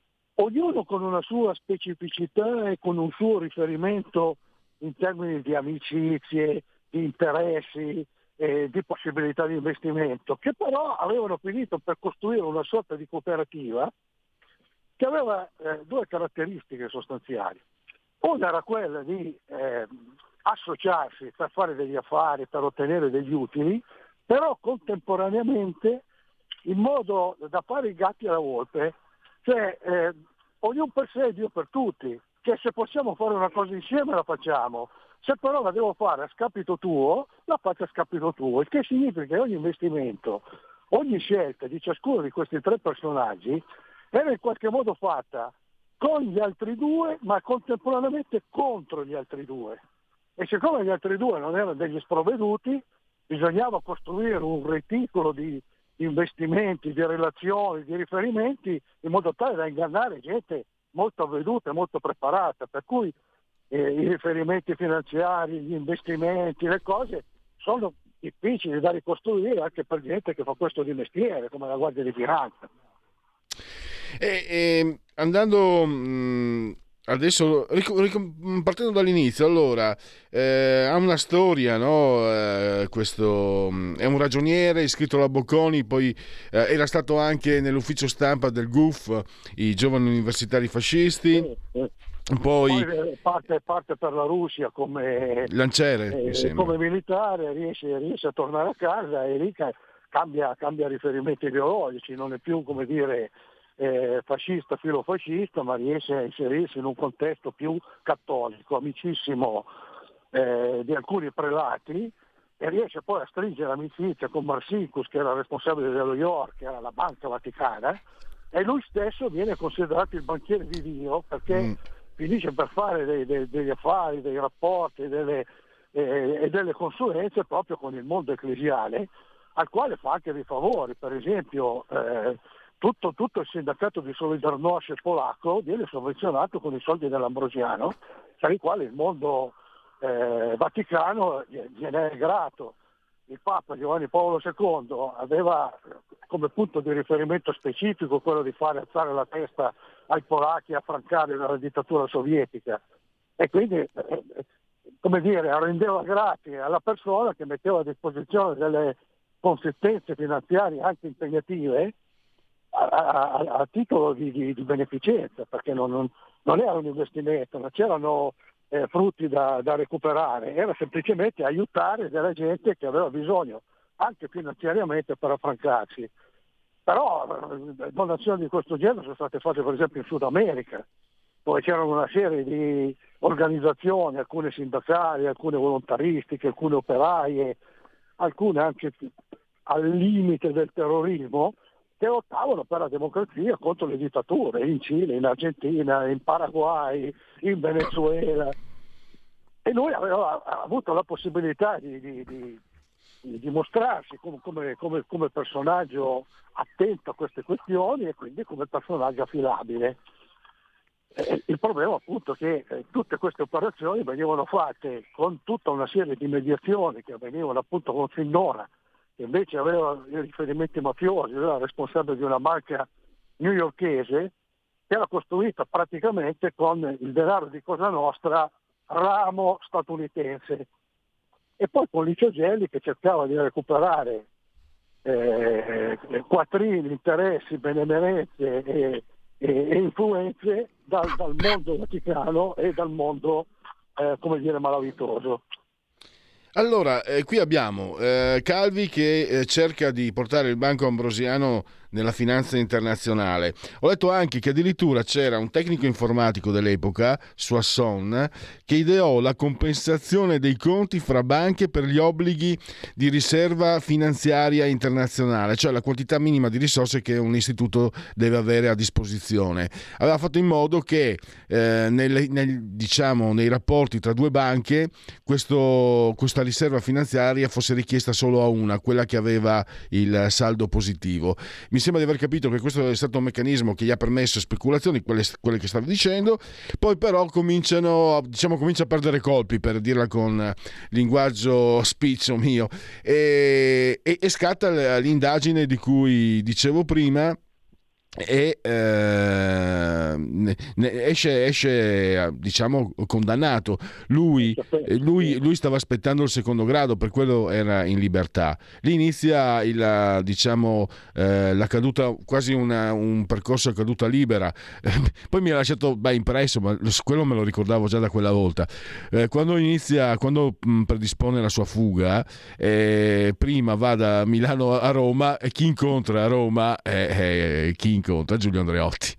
Ognuno con una sua specificità e con un suo riferimento in termini di amicizie, di interessi, eh, di possibilità di investimento, che però avevano finito per costruire una sorta di cooperativa che aveva eh, due caratteristiche sostanziali. Una era quella di eh, associarsi per fare degli affari, per ottenere degli utili, però contemporaneamente in modo da fare i gatti alla volpe, cioè eh, ognuno per sé e Dio per tutti, che se possiamo fare una cosa insieme la facciamo, se però la devo fare a scapito tuo, la faccio a scapito tuo, il che significa che ogni investimento, ogni scelta di ciascuno di questi tre personaggi era in qualche modo fatta con gli altri due, ma contemporaneamente contro gli altri due. E siccome gli altri due non erano degli sprovveduti, bisognava costruire un reticolo di investimenti, di relazioni, di riferimenti, in modo tale da ingannare gente molto avveduta e molto preparata, per cui eh, i riferimenti finanziari, gli investimenti, le cose sono difficili da ricostruire anche per gente che fa questo di mestiere, come la Guardia di Finanza. E, e, andando mh, adesso, ric- ric- partendo dall'inizio, allora, eh, ha una storia, no? Eh, questo è un ragioniere iscritto alla Bocconi, poi eh, era stato anche nell'ufficio stampa del G U F, i giovani universitari fascisti. Sì, sì. Poi, poi parte, parte per la Russia come lanciere, eh, come militare, riesce, riesce a tornare a casa e lì cambia, cambia riferimenti ideologici, non è più, come dire, eh, fascista, filofascista, ma riesce a inserirsi in un contesto più cattolico, amicissimo eh, di alcuni prelati, e riesce poi a stringere amicizia con Marcinkus, che era responsabile dello York, che era la banca vaticana, e lui stesso viene considerato il banchiere di Dio, perché mm. finisce per fare dei, dei, degli affari, dei rapporti delle, eh, e delle consulenze proprio con il mondo ecclesiale, al quale fa anche dei favori. Per esempio eh, tutto, tutto il sindacato di Solidarnosc polacco viene sovvenzionato con i soldi dell'Ambrosiano, per i quali il mondo eh, vaticano gliene è grato. Il Papa Giovanni Paolo secondo aveva come punto di riferimento specifico quello di fare alzare la testa ai polacchi affrancati dalla dittatura sovietica, e quindi eh, come dire, rendeva grati alla persona che metteva a disposizione delle consistenze finanziarie anche impegnative a, a, a titolo di, di, di beneficenza, perché non, non, non era un investimento, non c'erano eh, frutti da, da recuperare, era semplicemente aiutare della gente che aveva bisogno anche finanziariamente per affrancarsi. Però eh, donazioni di questo genere sono state fatte per esempio in Sud America, dove c'erano una serie di organizzazioni, alcune sindacali, alcune volontaristiche, alcune operaie, alcune anche al limite del terrorismo, che lottavano per la democrazia contro le dittature in Cile, in Argentina, in Paraguay, in Venezuela. E lui aveva avuto la possibilità di, di, di, di dimostrarsi come, come, come, come personaggio attento a queste questioni e quindi come personaggio affidabile. Eh, il problema appunto è che eh, tutte queste operazioni venivano fatte con tutta una serie di mediazioni che avvenivano appunto con Finnora, che invece aveva i riferimenti mafiosi, era responsabile di una banca newyorkese che era costruita praticamente con il denaro di Cosa Nostra, ramo statunitense, e poi con Licio Gelli che cercava di recuperare eh, quattrini, interessi, benemerenze e, e, e influenze dal, dal mondo vaticano e dal mondo eh, come dire malavitoso. Allora, eh, qui abbiamo eh, Calvi che eh, cerca di portare il Banco Ambrosiano nella finanza internazionale. Ho letto anche che addirittura c'era un tecnico informatico dell'epoca, Soisson, che ideò la compensazione dei conti fra banche per gli obblighi di riserva finanziaria internazionale, cioè la quantità minima di risorse che un istituto deve avere a disposizione. Aveva fatto in modo che eh, nel, nel, diciamo, nei rapporti tra due banche questo, questa riserva finanziaria fosse richiesta solo a una, quella che aveva il saldo positivo. Mi sembra di aver capito che questo è stato un meccanismo che gli ha permesso speculazioni, quelle, quelle che stavo dicendo. Poi però cominciano, diciamo, comincia a perdere colpi, per dirla con linguaggio spiccio mio, e, e, e scatta l'indagine di cui dicevo prima, e eh, ne, ne esce, esce diciamo condannato. Lui, lui, lui stava aspettando il secondo grado, per quello era in libertà. Lì inizia il, diciamo eh, la caduta, quasi una, un percorso a caduta libera. Poi mi ha lasciato beh, impresso, ma quello me lo ricordavo già da quella volta. Eh, quando inizia, quando mh, predispone la sua fuga, eh, prima va da Milano a Roma, e chi incontra a Roma è, è chi incontra Giulio Andreotti.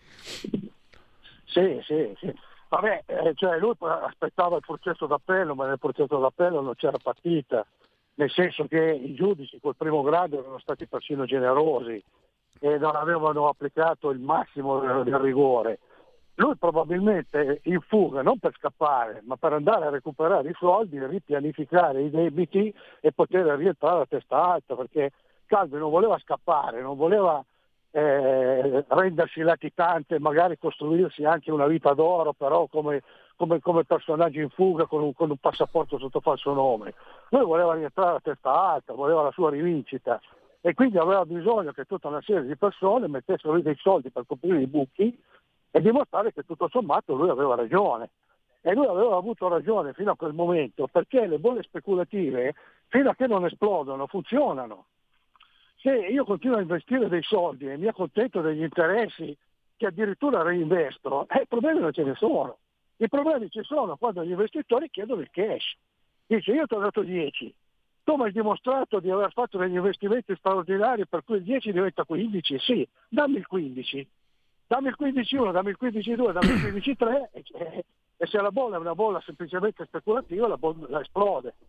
Sì, sì, sì. Vabbè, eh, cioè lui aspettava il processo d'appello, ma nel processo d'appello non c'era partita, nel senso che i giudici col primo grado erano stati persino generosi e non avevano applicato il massimo del, del rigore. Lui probabilmente in fuga, non per scappare, ma per andare a recuperare i soldi, ripianificare i debiti e poter rientrare a testa alta, perché Calvi non voleva scappare, non voleva Eh, rendersi latitante, magari costruirsi anche una vita d'oro, però come, come, come personaggio in fuga con un, con un passaporto sotto falso nome. Lui voleva rientrare a testa alta, voleva la sua rivincita, e quindi aveva bisogno che tutta una serie di persone mettessero lì dei soldi per coprire i buchi e dimostrare che tutto sommato lui aveva ragione. E lui aveva avuto ragione fino a quel momento, perché le bolle speculative, fino a che non esplodono, funzionano. Se io continuo a investire dei soldi e mi accontento degli interessi che addirittura reinvesto, eh, i problemi non ce ne sono. I problemi ci sono quando gli investitori chiedono il cash. Dice: io ti ho dato dieci, tu mi hai dimostrato di aver fatto degli investimenti straordinari per cui il dieci diventa quindici, sì, dammi il quindici. Dammi il quindici uno, dammi il quindici due, dammi il quindici tre, e, e, e se la bolla è una bolla semplicemente speculativa, la bolla la esplode.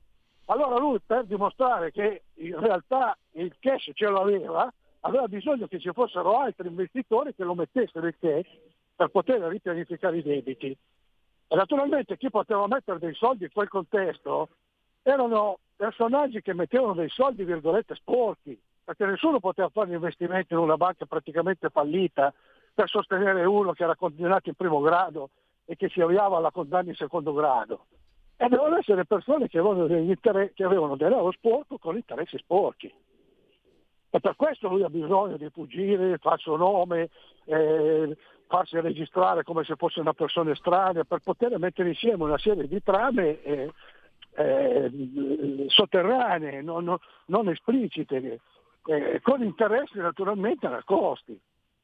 Allora lui, per dimostrare che in realtà il cash ce l'aveva, aveva bisogno che ci fossero altri investitori che lo mettessero il cash per poter ripianificare i debiti. E naturalmente chi poteva mettere dei soldi in quel contesto erano personaggi che mettevano dei soldi, virgolette, sporchi, perché nessuno poteva fare un investimento in una banca praticamente fallita per sostenere uno che era condannato in primo grado e che si avviava alla condanna in secondo grado. E devono essere persone che avevano, degli inter- che avevano denaro sporco con interessi sporchi. E per questo lui ha bisogno di fuggire, far suo nome, eh, farsi registrare come se fosse una persona estranea, per poter mettere insieme una serie di trame eh, eh, sotterranee, non, non, non esplicite, eh, con interessi naturalmente nascosti.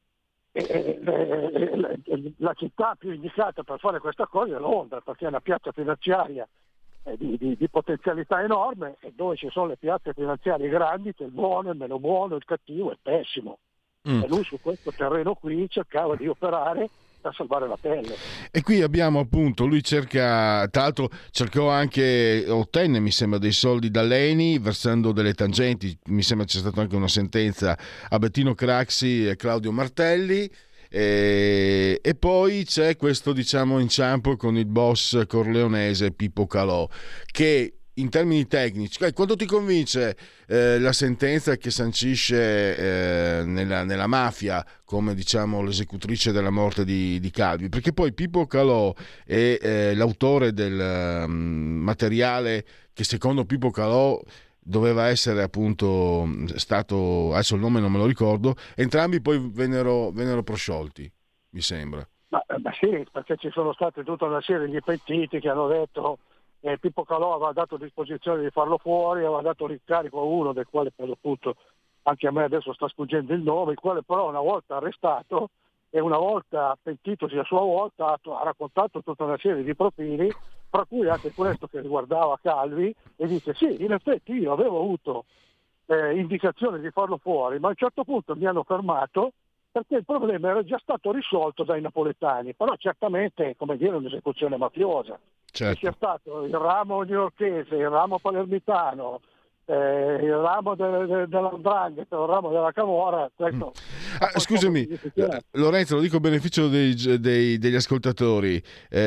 E, eh, eh, la città più indicata per fare questa cosa è Londra, perché è una piazza finanziaria eh, di, di, di potenzialità enorme, e dove ci sono le piazze finanziarie grandi c'è il buono, il meno buono, il cattivo, il pessimo. Mm. E lui su questo terreno qui cercava di operare per salvare la pelle. E qui abbiamo appunto, lui cerca, tra l'altro cercò anche, ottenne mi sembra dei soldi da Leni versando delle tangenti, mi sembra c'è stata anche una sentenza a Bettino Craxi e Claudio Martelli, e, e poi c'è questo diciamo inciampo con il boss corleonese Pippo Calò, che in termini tecnici, quanto ti convince eh, la sentenza che sancisce eh, nella, nella mafia come diciamo l'esecutrice della morte di, di Calvi? Perché poi Pippo Calò è eh, l'autore del um, materiale che secondo Pippo Calò doveva essere appunto stato, adesso il nome non me lo ricordo, entrambi poi vennero, vennero prosciolti, mi sembra. Ma, ma sì, perché ci sono state tutta una serie di pentiti che hanno detto Eh, Pippo Calò aveva dato disposizione di farlo fuori, aveva dato l'incarico a uno del quale per l'appunto anche a me adesso sta sfuggendo il nome, il quale però una volta arrestato e una volta pentitosi a sua volta ha raccontato tutta una serie di profili, tra cui anche questo che riguardava Calvi, e dice sì, in effetti io avevo avuto eh, indicazione di farlo fuori, ma a un certo punto mi hanno fermato perché il problema era già stato risolto dai napoletani, però certamente, come dire, un'esecuzione mafiosa. Certo. Che sia stato il ramo newyorkese, il ramo palermitano, eh, il ramo de- de- dell'andrangheta, il ramo della camorra, questo... Mm. Ah, scusami, Lorenzo, lo dico a beneficio dei, dei, degli ascoltatori,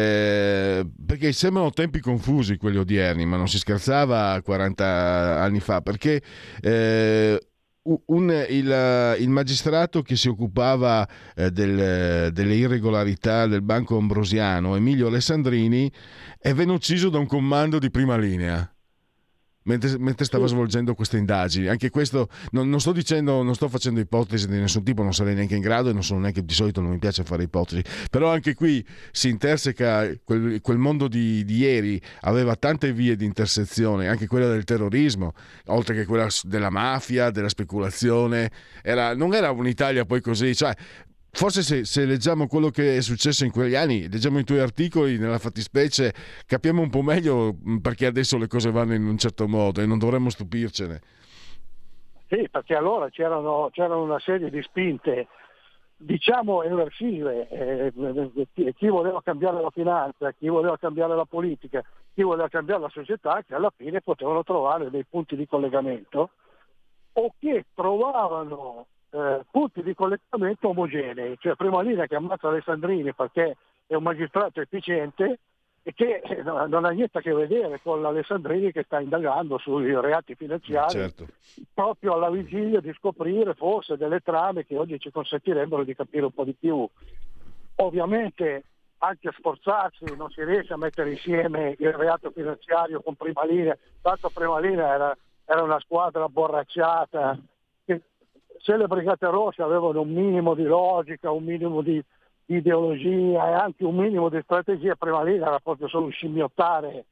eh, perché sembrano tempi confusi quelli odierni, ma non si scherzava quaranta anni fa, perché... Eh, Un, il, il magistrato che si occupava eh, del, delle irregolarità del Banco Ambrosiano, Emilio Alessandrini, è venne ucciso da un comando di prima linea mentre, mentre stava svolgendo queste indagini. Anche questo non, non sto dicendo, non sto facendo ipotesi di nessun tipo, non sarei neanche in grado e non sono neanche, di solito non mi piace fare ipotesi, però anche qui si interseca quel, quel mondo di, di ieri, aveva tante vie di intersezione, anche quella del terrorismo, oltre che quella della mafia, della speculazione. Era, non era un'Italia poi così, cioè forse se, se leggiamo quello che è successo in quegli anni, leggiamo i tuoi articoli nella fattispecie, capiamo un po' meglio perché adesso le cose vanno in un certo modo e non dovremmo stupircene. Sì, perché allora c'erano, c'erano una serie di spinte, diciamo, eversive, eh, chi voleva cambiare la finanza, chi voleva cambiare la politica, chi voleva cambiare la società, che alla fine potevano trovare dei punti di collegamento o che trovavano Eh, punti di collegamento omogenei, cioè prima linea che ammazza Alessandrini perché è un magistrato efficiente e che eh, non ha niente a che vedere con l'Alessandrini che sta indagando sui reati finanziari, certo, proprio alla vigilia di scoprire forse delle trame che oggi ci consentirebbero di capire un po' di più. Ovviamente anche a sforzarsi non si riesce a mettere insieme il reato finanziario con prima linea, tanto prima linea era, era una squadra borracciata. Se le Brigate Rosse avevano un minimo di logica, un minimo di, di ideologia e anche un minimo di strategia, prima lì era proprio solo scimmiottare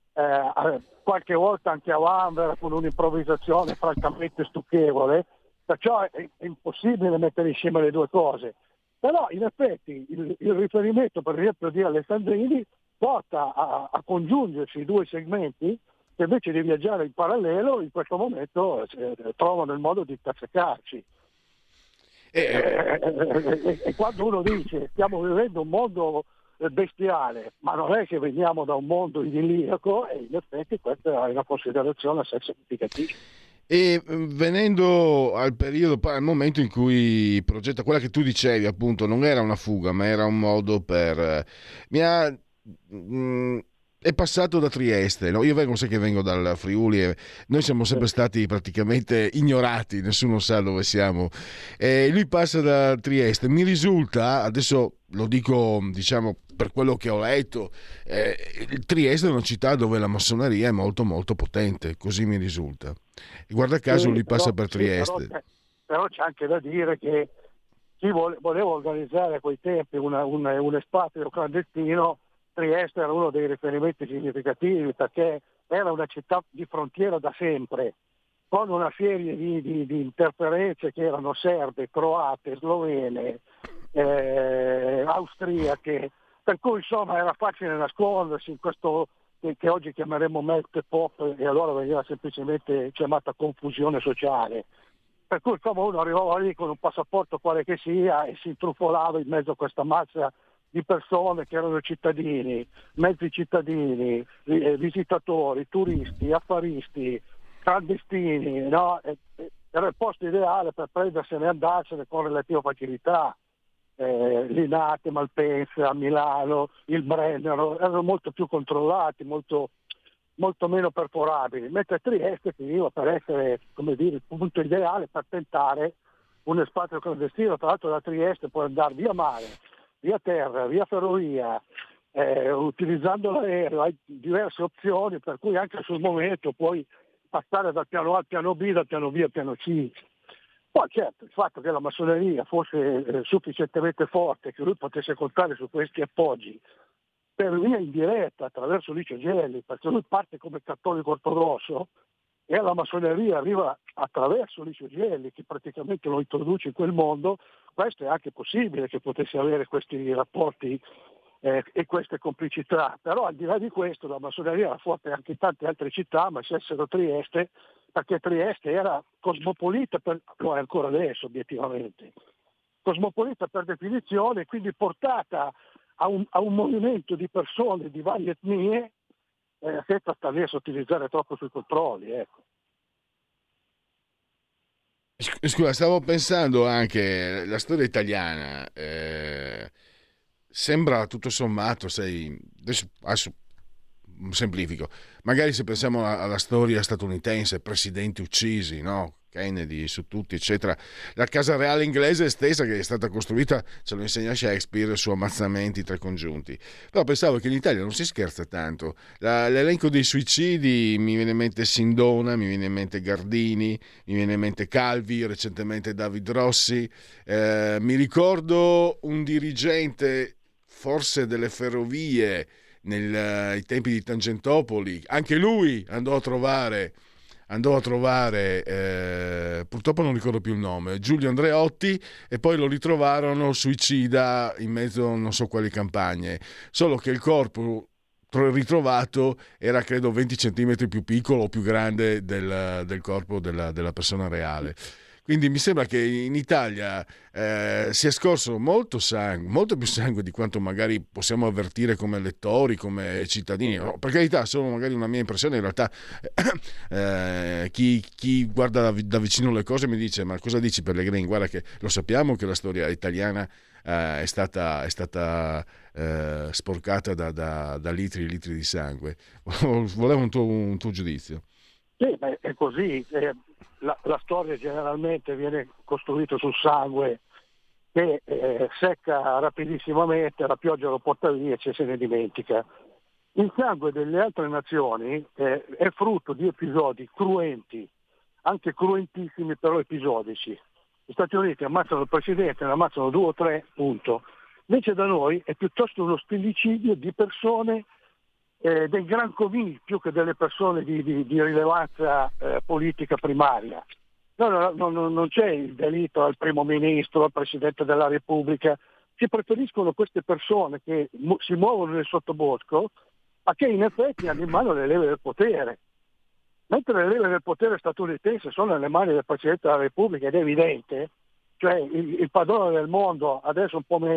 eh, qualche volta anche a vanvera con un'improvvisazione francamente stucchevole, perciò è, è impossibile mettere insieme le due cose. Però in effetti il, il riferimento per esempio di Alessandrini porta a, a congiungersi i due segmenti che invece di viaggiare in parallelo in questo momento eh, trovano il modo di intersecarci. E, e, e, e quando uno dice stiamo vivendo un mondo bestiale, ma non è che veniamo da un mondo idilliaco, e in effetti questa è una considerazione assai significativa. E venendo al periodo, al momento in cui progetta quella che tu dicevi, appunto, non era una fuga, ma era un modo per... Mi ha... Mh, è passato da Trieste, no? Io vengo, sai che vengo dal Friuli e noi siamo sempre stati praticamente ignorati, nessuno sa dove siamo. E lui passa da Trieste, mi risulta, adesso lo dico, diciamo, per quello che ho letto, eh, Trieste è una città dove la massoneria è molto molto potente, così mi risulta. E guarda caso sì, lui passa però, per Trieste. Sì, però, però c'è anche da dire che chi vole, voleva organizzare a quei tempi una, una, un espatrio clandestino, Trieste era uno dei riferimenti significativi, perché era una città di frontiera da sempre, con una serie di, di, di interferenze che erano serbe, croate, slovene, eh, austriache, per cui insomma era facile nascondersi in questo che, che oggi chiameremo melt pop, e allora veniva semplicemente chiamata confusione sociale. Per cui insomma uno arrivava lì con un passaporto quale che sia e si intrufolava in mezzo a questa massa di persone che erano cittadini, mezzi cittadini, visitatori, turisti, affaristi, clandestini, no? Era il posto ideale per prendersene e andarsene con relativa facilità. Eh, Linate, Malpensa, Milano, il Brennero erano molto più controllati, molto, molto meno perforabili, mentre Trieste finiva per essere, come dire, il punto ideale per tentare un espatrio clandestino. Tra l'altro da Trieste puoi andare via mare, via terra, via ferrovia, eh, utilizzando l'aereo, hai diverse opzioni, per cui anche sul momento puoi passare dal piano A al piano B, dal piano B al piano C. Poi certo, il fatto che la massoneria fosse eh, sufficientemente forte, che lui potesse contare su questi appoggi per via indiretta attraverso Licio Gelli, perché lui parte come cattolico ortodosso e alla massoneria arriva attraverso Licio Gelli, che praticamente lo introduce in quel mondo, questo è anche possibile che potesse avere questi rapporti eh, e queste complicità. Però al di là di questo la massoneria era forte anche in tante altre città, ma scelsero Trieste, perché Trieste era cosmopolita, per, lo è ancora adesso obiettivamente, cosmopolita per definizione, quindi portata a un, a un movimento di persone di varie etnie, eh, senza stare a utilizzare troppo sui controlli, ecco. Scusa, stavo pensando anche la storia italiana, eh, sembra tutto sommato, sai, adesso, adesso semplifico, magari se pensiamo alla storia statunitense, presidenti uccisi, no? Kennedy su tutti, eccetera, la casa reale inglese stessa che è stata costruita, ce lo insegna Shakespeare su ammazzamenti tra congiunti. Però pensavo che in Italia non si scherza tanto. La, l'elenco dei suicidi, mi viene in mente Sindona, mi viene in mente Gardini, mi viene in mente Calvi, recentemente David Rossi, eh, mi ricordo un dirigente forse delle ferrovie nei tempi di Tangentopoli, anche lui andò a trovare andò a trovare eh, purtroppo non ricordo più il nome, Giulio Andreotti, e poi lo ritrovarono suicida in mezzo a non so quali campagne, solo che il corpo ritrovato era credo venti centimetri più piccolo o più grande del, del corpo della, della persona reale. Quindi mi sembra che in Italia eh, sia scorso molto sangue, molto più sangue di quanto magari possiamo avvertire come lettori, come cittadini. No, per carità, solo magari una mia impressione, in realtà eh, chi, chi guarda da, da vicino le cose mi dice: ma cosa dici Pellegrini? Guarda che lo sappiamo che la storia italiana eh, è stata, è stata eh, sporcata da, da, da litri e litri di sangue. Volevo un tuo, un tuo giudizio. Sì, beh, è così. Eh, la, la storia generalmente viene costruita sul sangue che eh, secca rapidissimamente, la pioggia lo porta via e ci se ne dimentica. Il sangue delle altre nazioni eh, è frutto di episodi cruenti, anche cruentissimi, però episodici. Gli Stati Uniti ammazzano il presidente, ne ammazzano due o tre, punto. Invece da noi è piuttosto uno stillicidio di persone Eh, del gran comì più che delle persone di, di, di rilevanza eh, politica primaria. No, no, no, no, non c'è il delitto al primo ministro, al presidente della Repubblica, si preferiscono queste persone che mu- si muovono nel sottobosco, ma che in effetti hanno in mano le leve del potere. Mentre le leve del potere statunitense sono nelle mani del presidente della Repubblica, ed è evidente, cioè il, il padrone del mondo, adesso un po' meno,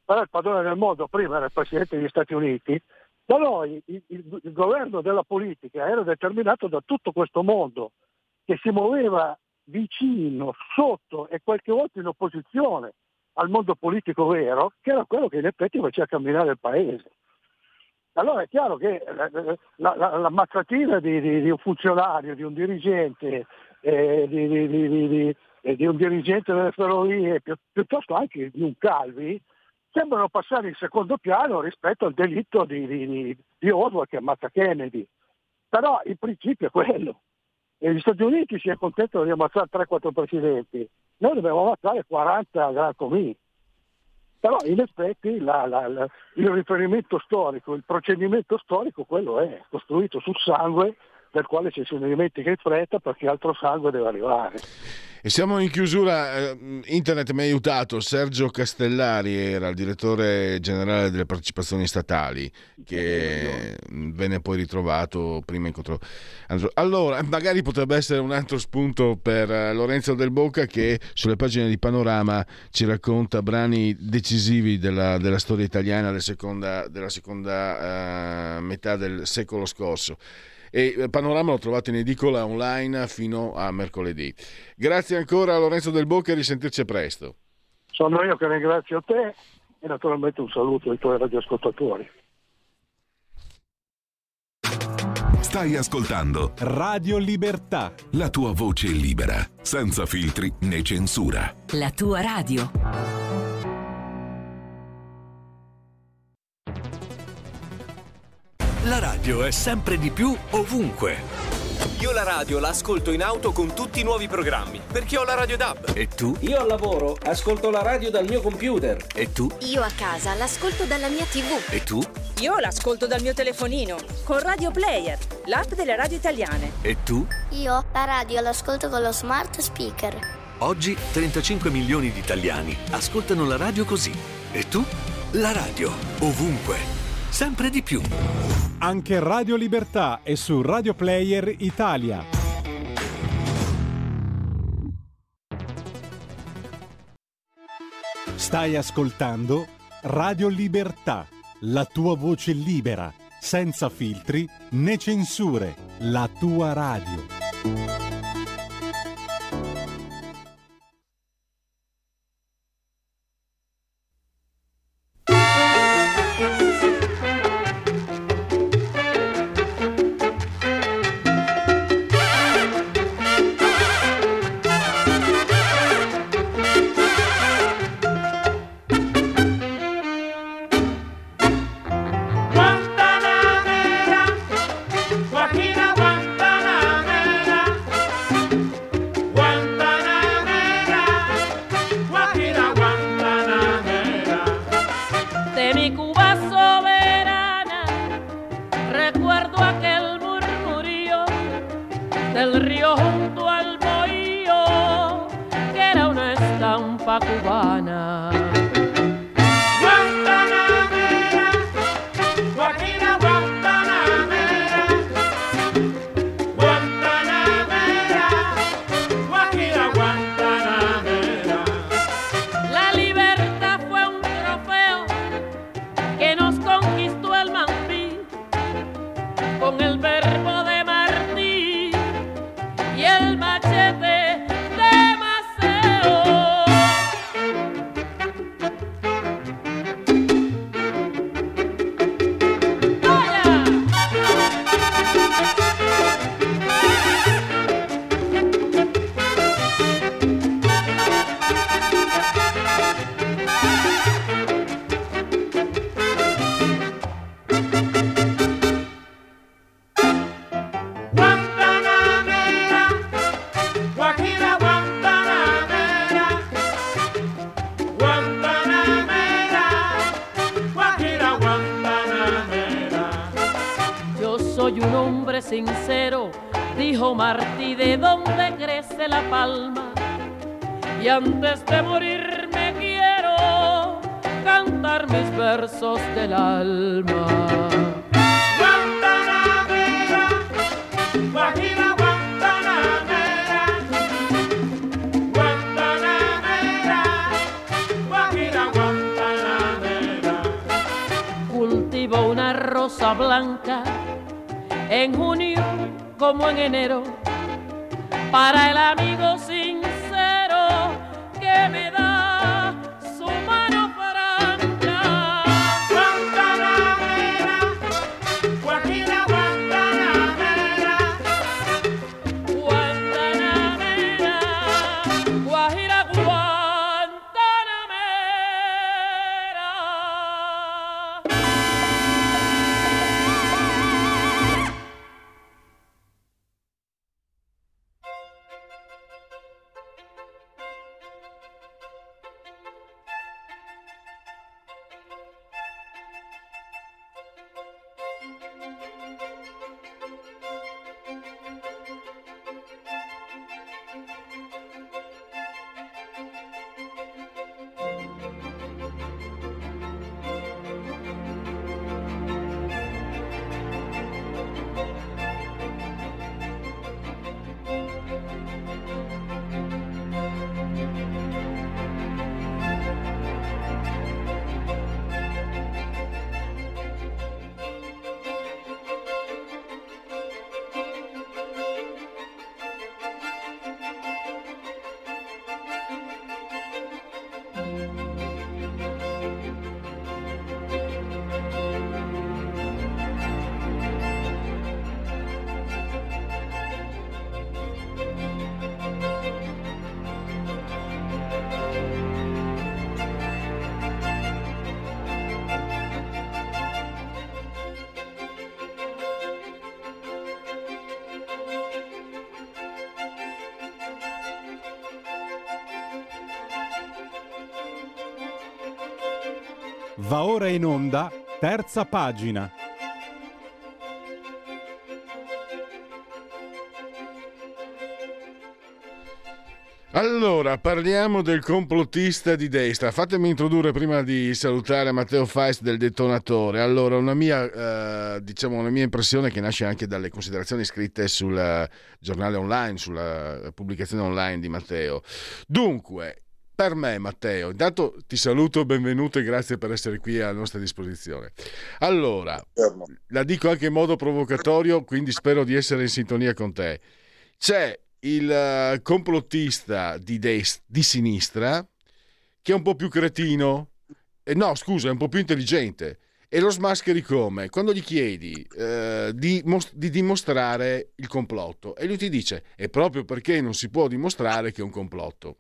però il padrone del mondo prima era il Presidente degli Stati Uniti. Da noi il, il, il governo della politica era determinato da tutto questo mondo che si muoveva vicino, sotto e qualche volta in opposizione al mondo politico vero, che era quello che in effetti faceva camminare il paese. Allora è chiaro che la, la, la, la mazzatina di, di, di un funzionario, di un dirigente, eh, di, di, di, di, di, di un dirigente delle ferrovie, pi, piuttosto anche di un Calvi, sembrano passare in secondo piano rispetto al delitto di, di, di, di Oswald che ammazza Kennedy. Però il principio è quello. E gli Stati Uniti si accontentano di ammazzare tre quattro presidenti. Noi dobbiamo ammazzare quaranta Grand Commis. Però in effetti la, la, la, il riferimento storico, il procedimento storico, quello è costruito sul sangue, del quale ci si dimentica in fretta perché altro sangue deve arrivare. E siamo in chiusura. eh, internet mi ha aiutato, Sergio Castellari era il direttore generale delle partecipazioni statali, che venne poi ritrovato prima incontrò. Allora magari potrebbe essere un altro spunto per Lorenzo Del Bocca, che sulle pagine di Panorama ci racconta brani decisivi della, della storia italiana del seconda, della seconda uh, metà del secolo scorso. E Panorama l'ho trovato in edicola online fino a mercoledì. Grazie ancora a Lorenzo Del Bocca e risentirci presto. Sono io che ringrazio te e naturalmente un saluto ai tuoi radioascoltatori. Stai ascoltando Radio Libertà, la tua voce libera, senza filtri né censura. La tua radio. La radio è sempre di più ovunque. Io la radio la ascolto in auto con tutti i nuovi programmi, perché ho la Radio D A B. E tu? Io al lavoro ascolto la radio dal mio computer. E tu? Io a casa l'ascolto dalla mia tivù. E tu? Io l'ascolto dal mio telefonino, con Radio Player, l'app delle radio italiane. E tu? Io la radio l'ascolto con lo smart speaker. Oggi trentacinque milioni di italiani ascoltano la radio così. E tu? La radio, ovunque, sempre di più. Anche Radio Libertà è su Radio Player Italia. Stai ascoltando Radio Libertà, la tua voce libera, senza filtri né censure, la tua radio. Sincero, dijo Martí, ¿de dónde crece la palma? Y antes de morir me quiero cantar mis versos del alma. Guantanamera, Guajira Guantanamera, Guantanamera, Guajira Guantanamera. rosa blanca, en junio como en enero, para el amigo sincero que me da su mano franca. Guantanamera, Guajira Guantanamera, Guantanamera, Guajira Guantanamera. Va ora in onda, terza pagina. Allora, parliamo del complottista di destra. Fatemi introdurre prima di salutare Matteo Fais del Detonatore. Allora, una mia, eh, diciamo, una mia impressione che nasce anche dalle considerazioni scritte sul eh, giornale online, sulla pubblicazione online di Matteo. Dunque, per me, Matteo, intanto ti saluto, benvenuto e grazie per essere qui a nostra disposizione. Allora, la dico anche in modo provocatorio, quindi spero di essere in sintonia con te. C'è il complottista di, dest- di sinistra che è un po' più cretino, eh, no scusa, è un po' più intelligente, e lo smascheri come? Quando gli chiedi eh, di, most- di dimostrare il complotto e lui ti dice è proprio perché non si può dimostrare che è un complotto.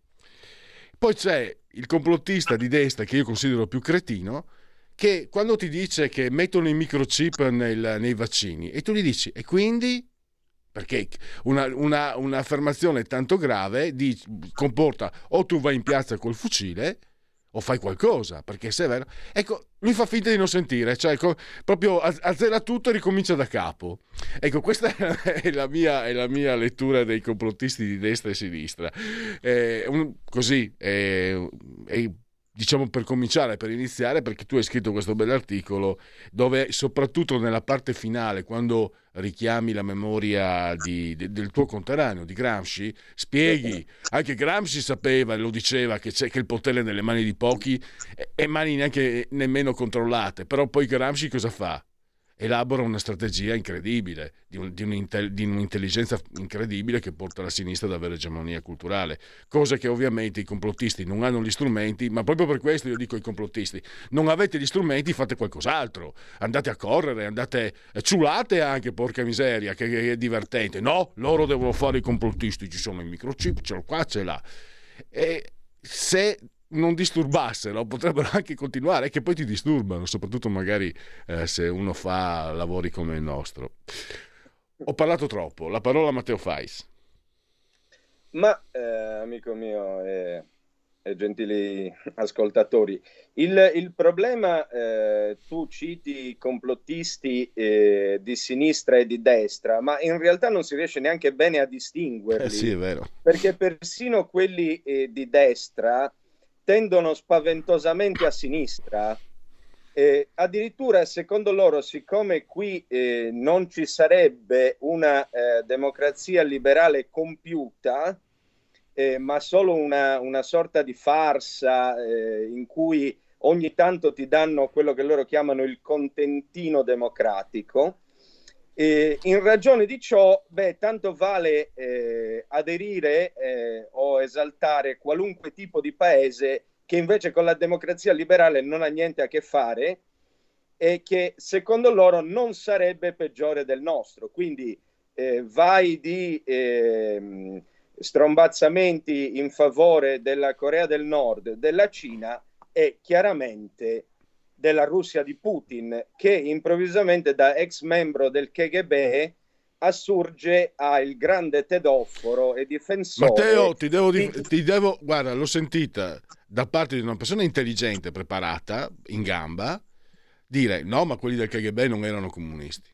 Poi c'è il complottista di destra che io considero più cretino, che quando ti dice che mettono i microchip nel, nei vaccini e tu gli dici e quindi? Perché una, una, un'affermazione tanto grave di, comporta o tu vai in piazza col fucile o fai qualcosa, perché se è vero, ecco, lui fa finta di non sentire, cioè proprio azzera tutto e ricomincia da capo. Ecco, questa è la mia, è la mia lettura dei complottisti di destra e sinistra. Eh, un, così, eh, è, diciamo per cominciare, per iniziare, perché tu hai scritto questo bell'articolo dove soprattutto nella parte finale, quando richiami la memoria di, de, del tuo conterraneo, di Gramsci, spieghi, anche Gramsci sapeva e lo diceva che, c'è, che il potere è nelle mani di pochi e, e mani neanche nemmeno controllate, però poi Gramsci cosa fa? Elabora una strategia incredibile, di, un, di, un'intel, di un'intelligenza incredibile che porta la sinistra ad avere egemonia culturale, cosa che ovviamente i complottisti non hanno gli strumenti, ma proprio per questo io dico ai complottisti, non avete gli strumenti, fate qualcos'altro, andate a correre, andate, ciulate anche, porca miseria, che, che è divertente, no, loro devono fare i complottisti, ci sono i microchip, ce l'ho qua, ce l'ha, e se non disturbassero potrebbero anche continuare, che poi ti disturbano, soprattutto magari eh, se uno fa lavori come il nostro. Ho parlato troppo, la parola a Matteo Fais. Ma eh, amico mio e, e gentili ascoltatori, il, il problema, eh, tu citi i complottisti eh, di sinistra e di destra, ma in realtà non si riesce neanche bene a distinguerli, eh sì, è vero, perché persino quelli eh, di destra tendono spaventosamente a sinistra, eh, addirittura secondo loro, siccome qui eh, non ci sarebbe una eh, democrazia liberale compiuta, eh, ma solo una, una sorta di farsa eh, in cui ogni tanto ti danno quello che loro chiamano il contentino democratico. E in ragione di ciò, beh, tanto vale eh, aderire eh, o esaltare qualunque tipo di paese che invece con la democrazia liberale non ha niente a che fare e che secondo loro non sarebbe peggiore del nostro. Quindi eh, vai di eh, strombazzamenti in favore della Corea del Nord, della Cina e chiaramente della Russia di Putin, che improvvisamente da ex membro del K G B assurge a il grande tedoforo e difensore. Matteo, ti devo, di... ti devo, guarda, l'ho sentita da parte di una persona intelligente, preparata, in gamba, dire no, ma quelli del K G B non erano comunisti.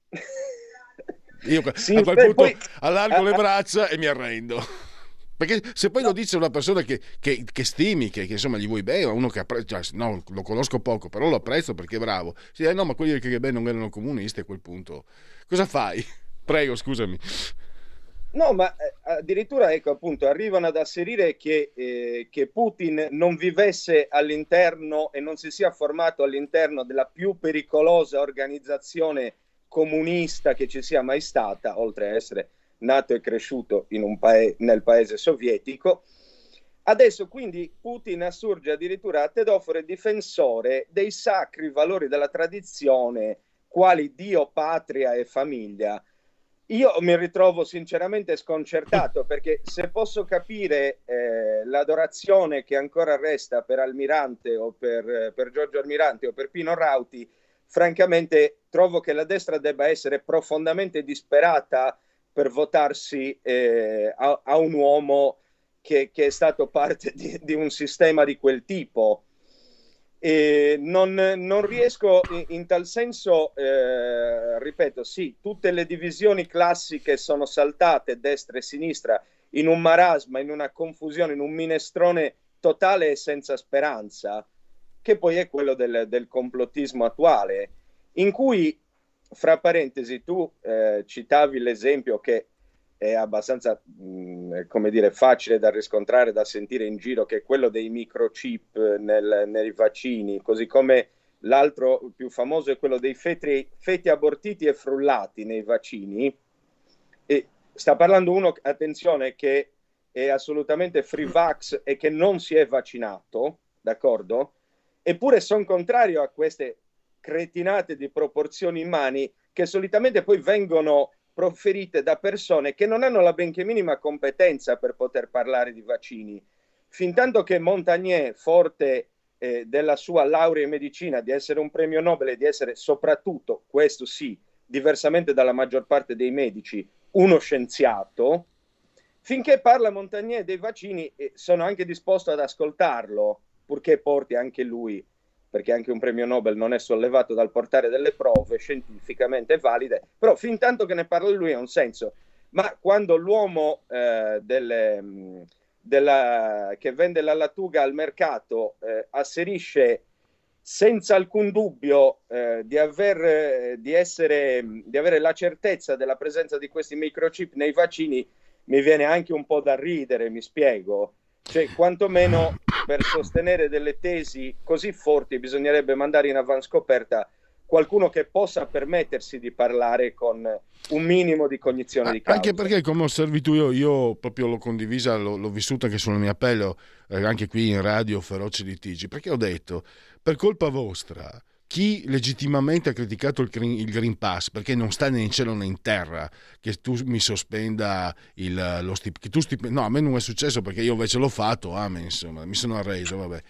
Io sì, a quel punto poi... allargo le braccia e mi arrendo. Perché se poi lo dice una persona che, che, che stimi, che, che insomma gli vuoi bene, uno che apprezzo, cioè, no, lo conosco poco, però lo apprezzo perché è bravo. Si dice, no, ma quelli del K G B non erano comunisti, a quel punto cosa fai? Prego, scusami. No, ma eh, addirittura, ecco, appunto, arrivano ad asserire che, eh, che Putin non vivesse all'interno e non si sia formato all'interno della più pericolosa organizzazione comunista che ci sia mai stata, oltre a essere nato e cresciuto in un paese, nel paese sovietico. Adesso quindi Putin assurge addirittura a tedoforo e difensore dei sacri valori della tradizione, quali Dio, patria e famiglia. Io mi ritrovo sinceramente sconcertato, perché se posso capire eh, l'adorazione che ancora resta per Almirante o per, per Giorgio Almirante o per Pino Rauti, francamente trovo che la destra debba essere profondamente disperata per votarsi eh, a, a un uomo che, che è stato parte di, di un sistema di quel tipo. E non, non riesco in, in tal senso, eh, ripeto, sì, tutte le divisioni classiche sono saltate, destra e sinistra, in un marasma, in una confusione, in un minestrone totale e senza speranza, che poi è quello del, del complottismo attuale, in cui, fra parentesi, tu eh, citavi l'esempio che è abbastanza, mh, come dire, facile da riscontrare, da sentire in giro, che è quello dei microchip nel, nei vaccini, così come l'altro più famoso è quello dei feti, feti abortiti e frullati nei vaccini. E sta parlando uno, attenzione, che è assolutamente free vax e che non si è vaccinato, d'accordo? Eppure sono contrario a queste cretinate di proporzioni immani che solitamente poi vengono proferite da persone che non hanno la benché minima competenza per poter parlare di vaccini. Fintanto che Montagnier, forte eh, della sua laurea in medicina, di essere un premio Nobel e di essere soprattutto, questo sì, diversamente dalla maggior parte dei medici, uno scienziato, finché parla Montagnier dei vaccini eh, sono anche disposto ad ascoltarlo, purché porti anche lui, perché anche un premio Nobel non è sollevato dal portare delle prove scientificamente valide, però fin tanto che ne parla lui ha un senso. Ma quando l'uomo eh, delle, della, che vende la lattuga al mercato eh, asserisce senza alcun dubbio eh, di, aver, di, essere, di avere la certezza della presenza di questi microchip nei vaccini, mi viene anche un po' da ridere, mi spiego. Cioè, quantomeno per sostenere delle tesi così forti bisognerebbe mandare in avanscoperta qualcuno che possa permettersi di parlare con un minimo di cognizione di causa. Anche perché, come ho servito io, io proprio l'ho condivisa, l'ho, l'ho vissuta anche sulla mia pelle, eh, anche qui in radio, feroci litigi, perché ho detto, per colpa vostra, chi legittimamente ha criticato il Green, il Green Pass, perché non sta né in cielo né in terra che tu mi sospenda il, lo stip, che tu stip, no, a me non è successo perché io invece l'ho fatto, amen, insomma, mi sono arreso, vabbè.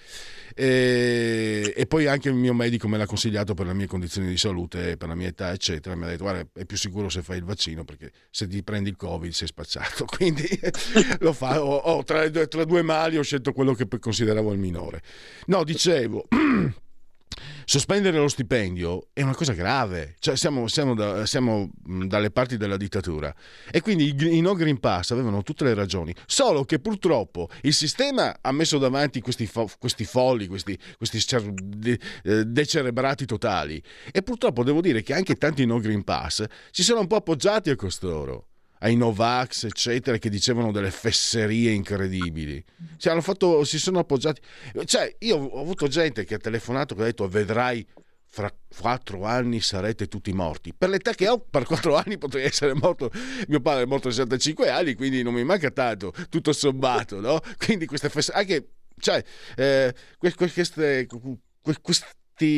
E, e poi anche il mio medico me l'ha consigliato per le mie condizioni di salute, per la mia età, eccetera. Mi ha detto, guarda, è più sicuro se fai il vaccino perché se ti prendi il Covid sei spacciato. Quindi lo fa, ho, ho, tra, tra due mali ho scelto quello che consideravo il minore. No, dicevo... Sospendere lo stipendio è una cosa grave, cioè siamo, siamo, da, siamo dalle parti della dittatura e quindi i, i no Green Pass avevano tutte le ragioni, solo che purtroppo il sistema ha messo davanti questi, fo, questi folli, questi, questi cer- de, decerebrati totali e purtroppo devo dire che anche tanti no Green Pass si sono un po' appoggiati a costoro. ai Novax, eccetera, che dicevano delle fesserie incredibili. Cioè, hanno fatto, si sono appoggiati. Cioè, io ho avuto gente che ha telefonato che ha detto: vedrai, fra quattro anni sarete tutti morti. Per l'età che ho, per quattro anni potrei essere morto. Mio padre è morto a sessantacinque anni, quindi non mi manca tanto, tutto sommato, no? Quindi queste fesserie, anche, cioè, eh, queste, queste, queste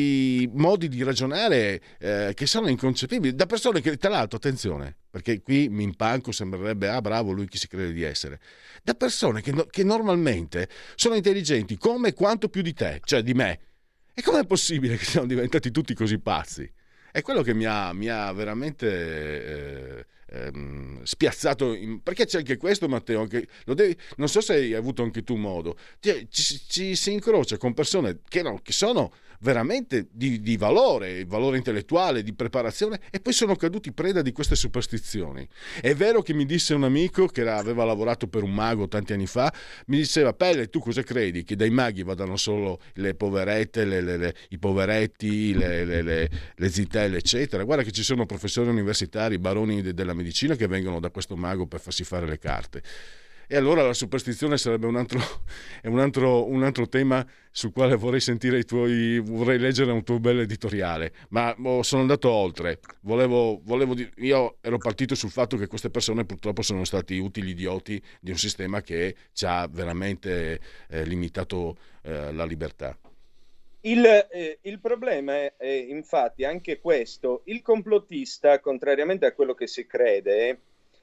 modi di ragionare eh, che sono inconcepibili da persone che, tra l'altro, attenzione, perché qui mi impanco, sembrerebbe ah bravo lui chi si crede di essere, da persone che, no, che normalmente sono intelligenti come e quanto più di te, cioè di me. E com'è possibile che siamo diventati tutti così pazzi? È quello che mi ha, mi ha veramente eh, ehm, spiazzato, in, perché c'è anche questo, Matteo, che lo devi, non so se hai avuto anche tu modo, ci, ci, ci si incrocia con persone che, no, che sono veramente di, di valore, valore intellettuale, di preparazione, e poi sono caduti preda di queste superstizioni. È vero che mi disse un amico che era, aveva lavorato per un mago tanti anni fa, mi diceva: Pelle, tu cosa credi? Che dai maghi vadano solo le poverette, le, le, le, i poveretti, le, le, le, le zitelle, eccetera? Guarda che ci sono professori universitari, baroni de, della medicina che vengono da questo mago per farsi fare le carte. E allora la superstizione sarebbe un altro, è un altro, un altro tema sul quale vorrei sentire i tuoi, vorrei leggere un tuo bel editoriale, ma oh, sono andato oltre. Volevo, volevo, io ero partito sul fatto che queste persone purtroppo sono stati utili idioti di un sistema che ci ha veramente eh, limitato eh, la libertà. Il, eh, il problema è, è infatti anche questo: il complottista, contrariamente a quello che si crede,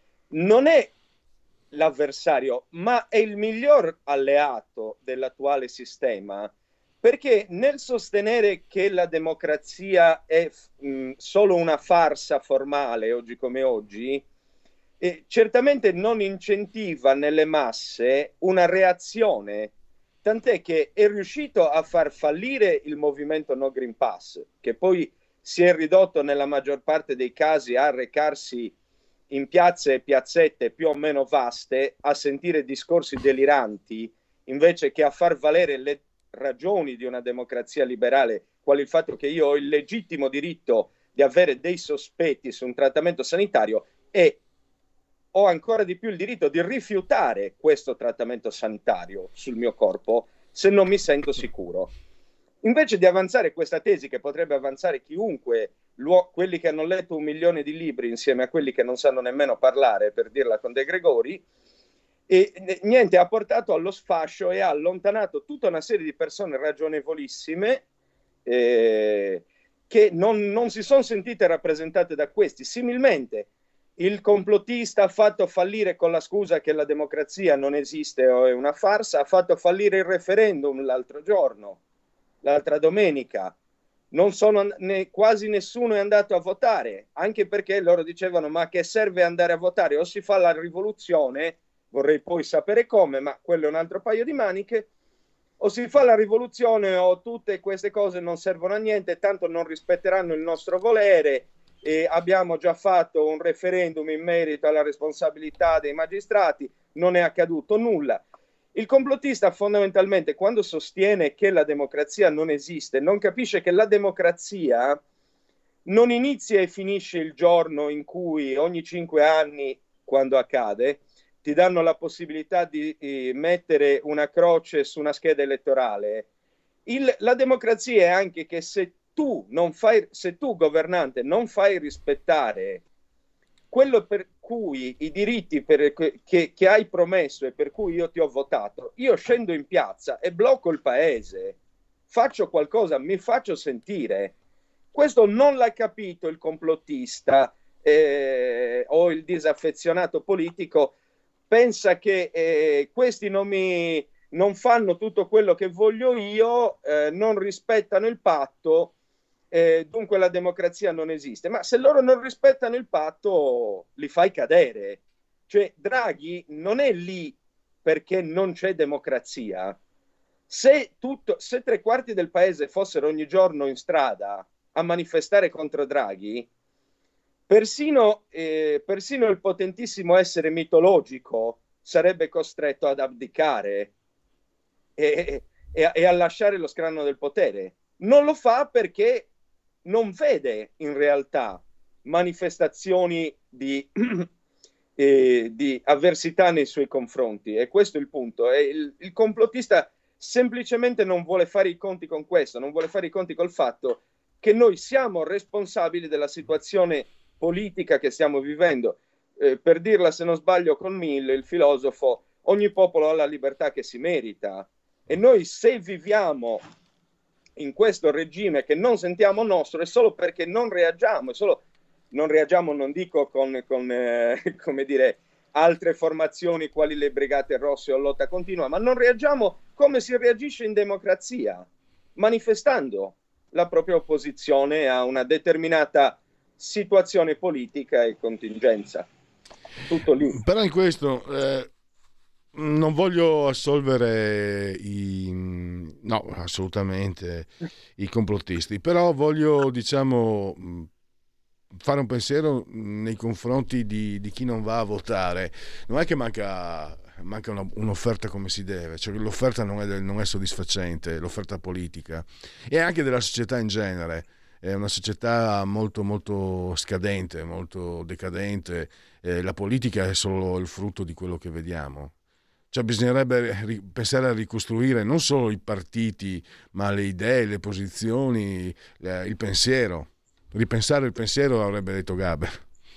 non è l'avversario, ma è il miglior alleato dell'attuale sistema, perché nel sostenere che la democrazia è mh, solo una farsa formale oggi come oggi, eh, certamente non incentiva nelle masse una reazione, tant'è che è riuscito a far fallire il movimento No Green Pass, che poi si è ridotto nella maggior parte dei casi a recarsi in piazze e piazzette più o meno vaste a sentire discorsi deliranti, invece che a far valere le ragioni di una democrazia liberale, quale il fatto che io ho il legittimo diritto di avere dei sospetti su un trattamento sanitario e ho ancora di più il diritto di rifiutare questo trattamento sanitario sul mio corpo se non mi sento sicuro. Invece di avanzare questa tesi, che potrebbe avanzare chiunque, quelli che hanno letto un milione di libri insieme a quelli che non sanno nemmeno parlare, per dirla con De Gregori, e niente, ha portato allo sfascio e ha allontanato tutta una serie di persone ragionevolissime eh, che non, non si sono sentite rappresentate da questi. Similmente, il complottista ha fatto fallire, con la scusa che la democrazia non esiste o è una farsa, ha fatto fallire il referendum l'altro giorno, l'altra domenica. Non sono, ne, quasi nessuno è andato a votare, anche perché loro dicevano: ma che serve andare a votare? O si fa la rivoluzione, vorrei poi sapere come, ma quello è un altro paio di maniche, o si fa la rivoluzione o tutte queste cose non servono a niente, tanto non rispetteranno il nostro volere, e abbiamo già fatto un referendum in merito alla responsabilità dei magistrati, non è accaduto nulla. Il complottista fondamentalmente, quando sostiene che la democrazia non esiste, non capisce che la democrazia non inizia e finisce il giorno in cui ogni cinque anni, quando accade, ti danno la possibilità di, di mettere una croce su una scheda elettorale. Il, la democrazia è anche che se tu, non fai, se tu governante non fai rispettare quello per cui i diritti per, che, che hai promesso e per cui io ti ho votato, io scendo in piazza e blocco il paese, faccio qualcosa, mi faccio sentire. Questo non l'ha capito il complottista eh, o il disaffezionato politico, pensa che eh, questi non mi non fanno tutto quello che voglio io, eh, non rispettano il patto, Eh, dunque la democrazia non esiste. Ma se loro non rispettano il patto, li fai cadere. Cioè, Draghi non è lì perché non c'è democrazia. Se, tutto, se tre quarti del paese fossero ogni giorno in strada a manifestare contro Draghi, persino, eh, persino il potentissimo essere mitologico sarebbe costretto ad abdicare e, e, e a lasciare lo scranno del potere. Non lo fa perché non vede in realtà manifestazioni di, eh, di avversità nei suoi confronti, e questo è il punto. E il, il complottista semplicemente non vuole fare i conti con questo, non vuole fare i conti col fatto che noi siamo responsabili della situazione politica che stiamo vivendo. Eh, per dirla, se non sbaglio, con Mill, il filosofo, ogni popolo ha la libertà che si merita, e noi, se viviamo in questo regime che non sentiamo nostro, è solo perché non reagiamo, è solo non reagiamo, non dico con, con eh, come dire, altre formazioni quali le Brigate Rosse o Lotta Continua, ma non reagiamo come si reagisce in democrazia, manifestando la propria opposizione a una determinata situazione politica e contingenza. Tutto lì. Però in questo eh, non voglio assolvere i no, assolutamente i complottisti, però voglio, diciamo, fare un pensiero nei confronti di, di chi non va a votare. Non è che manca manca una, un'offerta come si deve, cioè l'offerta non è, non è soddisfacente, l'offerta politica, e anche della società in genere. È una società molto molto scadente, molto decadente. Eh, la politica è solo il frutto di quello che vediamo. Cioè bisognerebbe ri- pensare a ricostruire non solo i partiti, ma le idee, le posizioni, le, il pensiero. Ripensare il pensiero, avrebbe detto Gaber.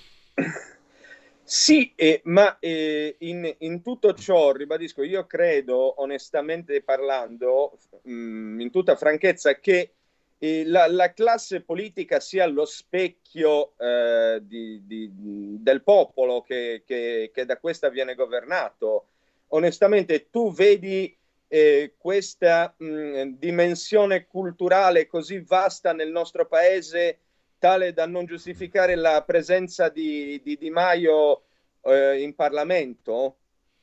Sì, eh, ma eh, in, in tutto ciò, ribadisco, io credo, onestamente parlando, mh, in tutta franchezza, che eh, la, la classe politica sia lo specchio eh, di, di, del popolo che, che, che da questa viene governato. Onestamente, tu vedi eh, questa mh, dimensione culturale così vasta nel nostro paese, tale da non giustificare la presenza di, di Di Maio eh, in Parlamento?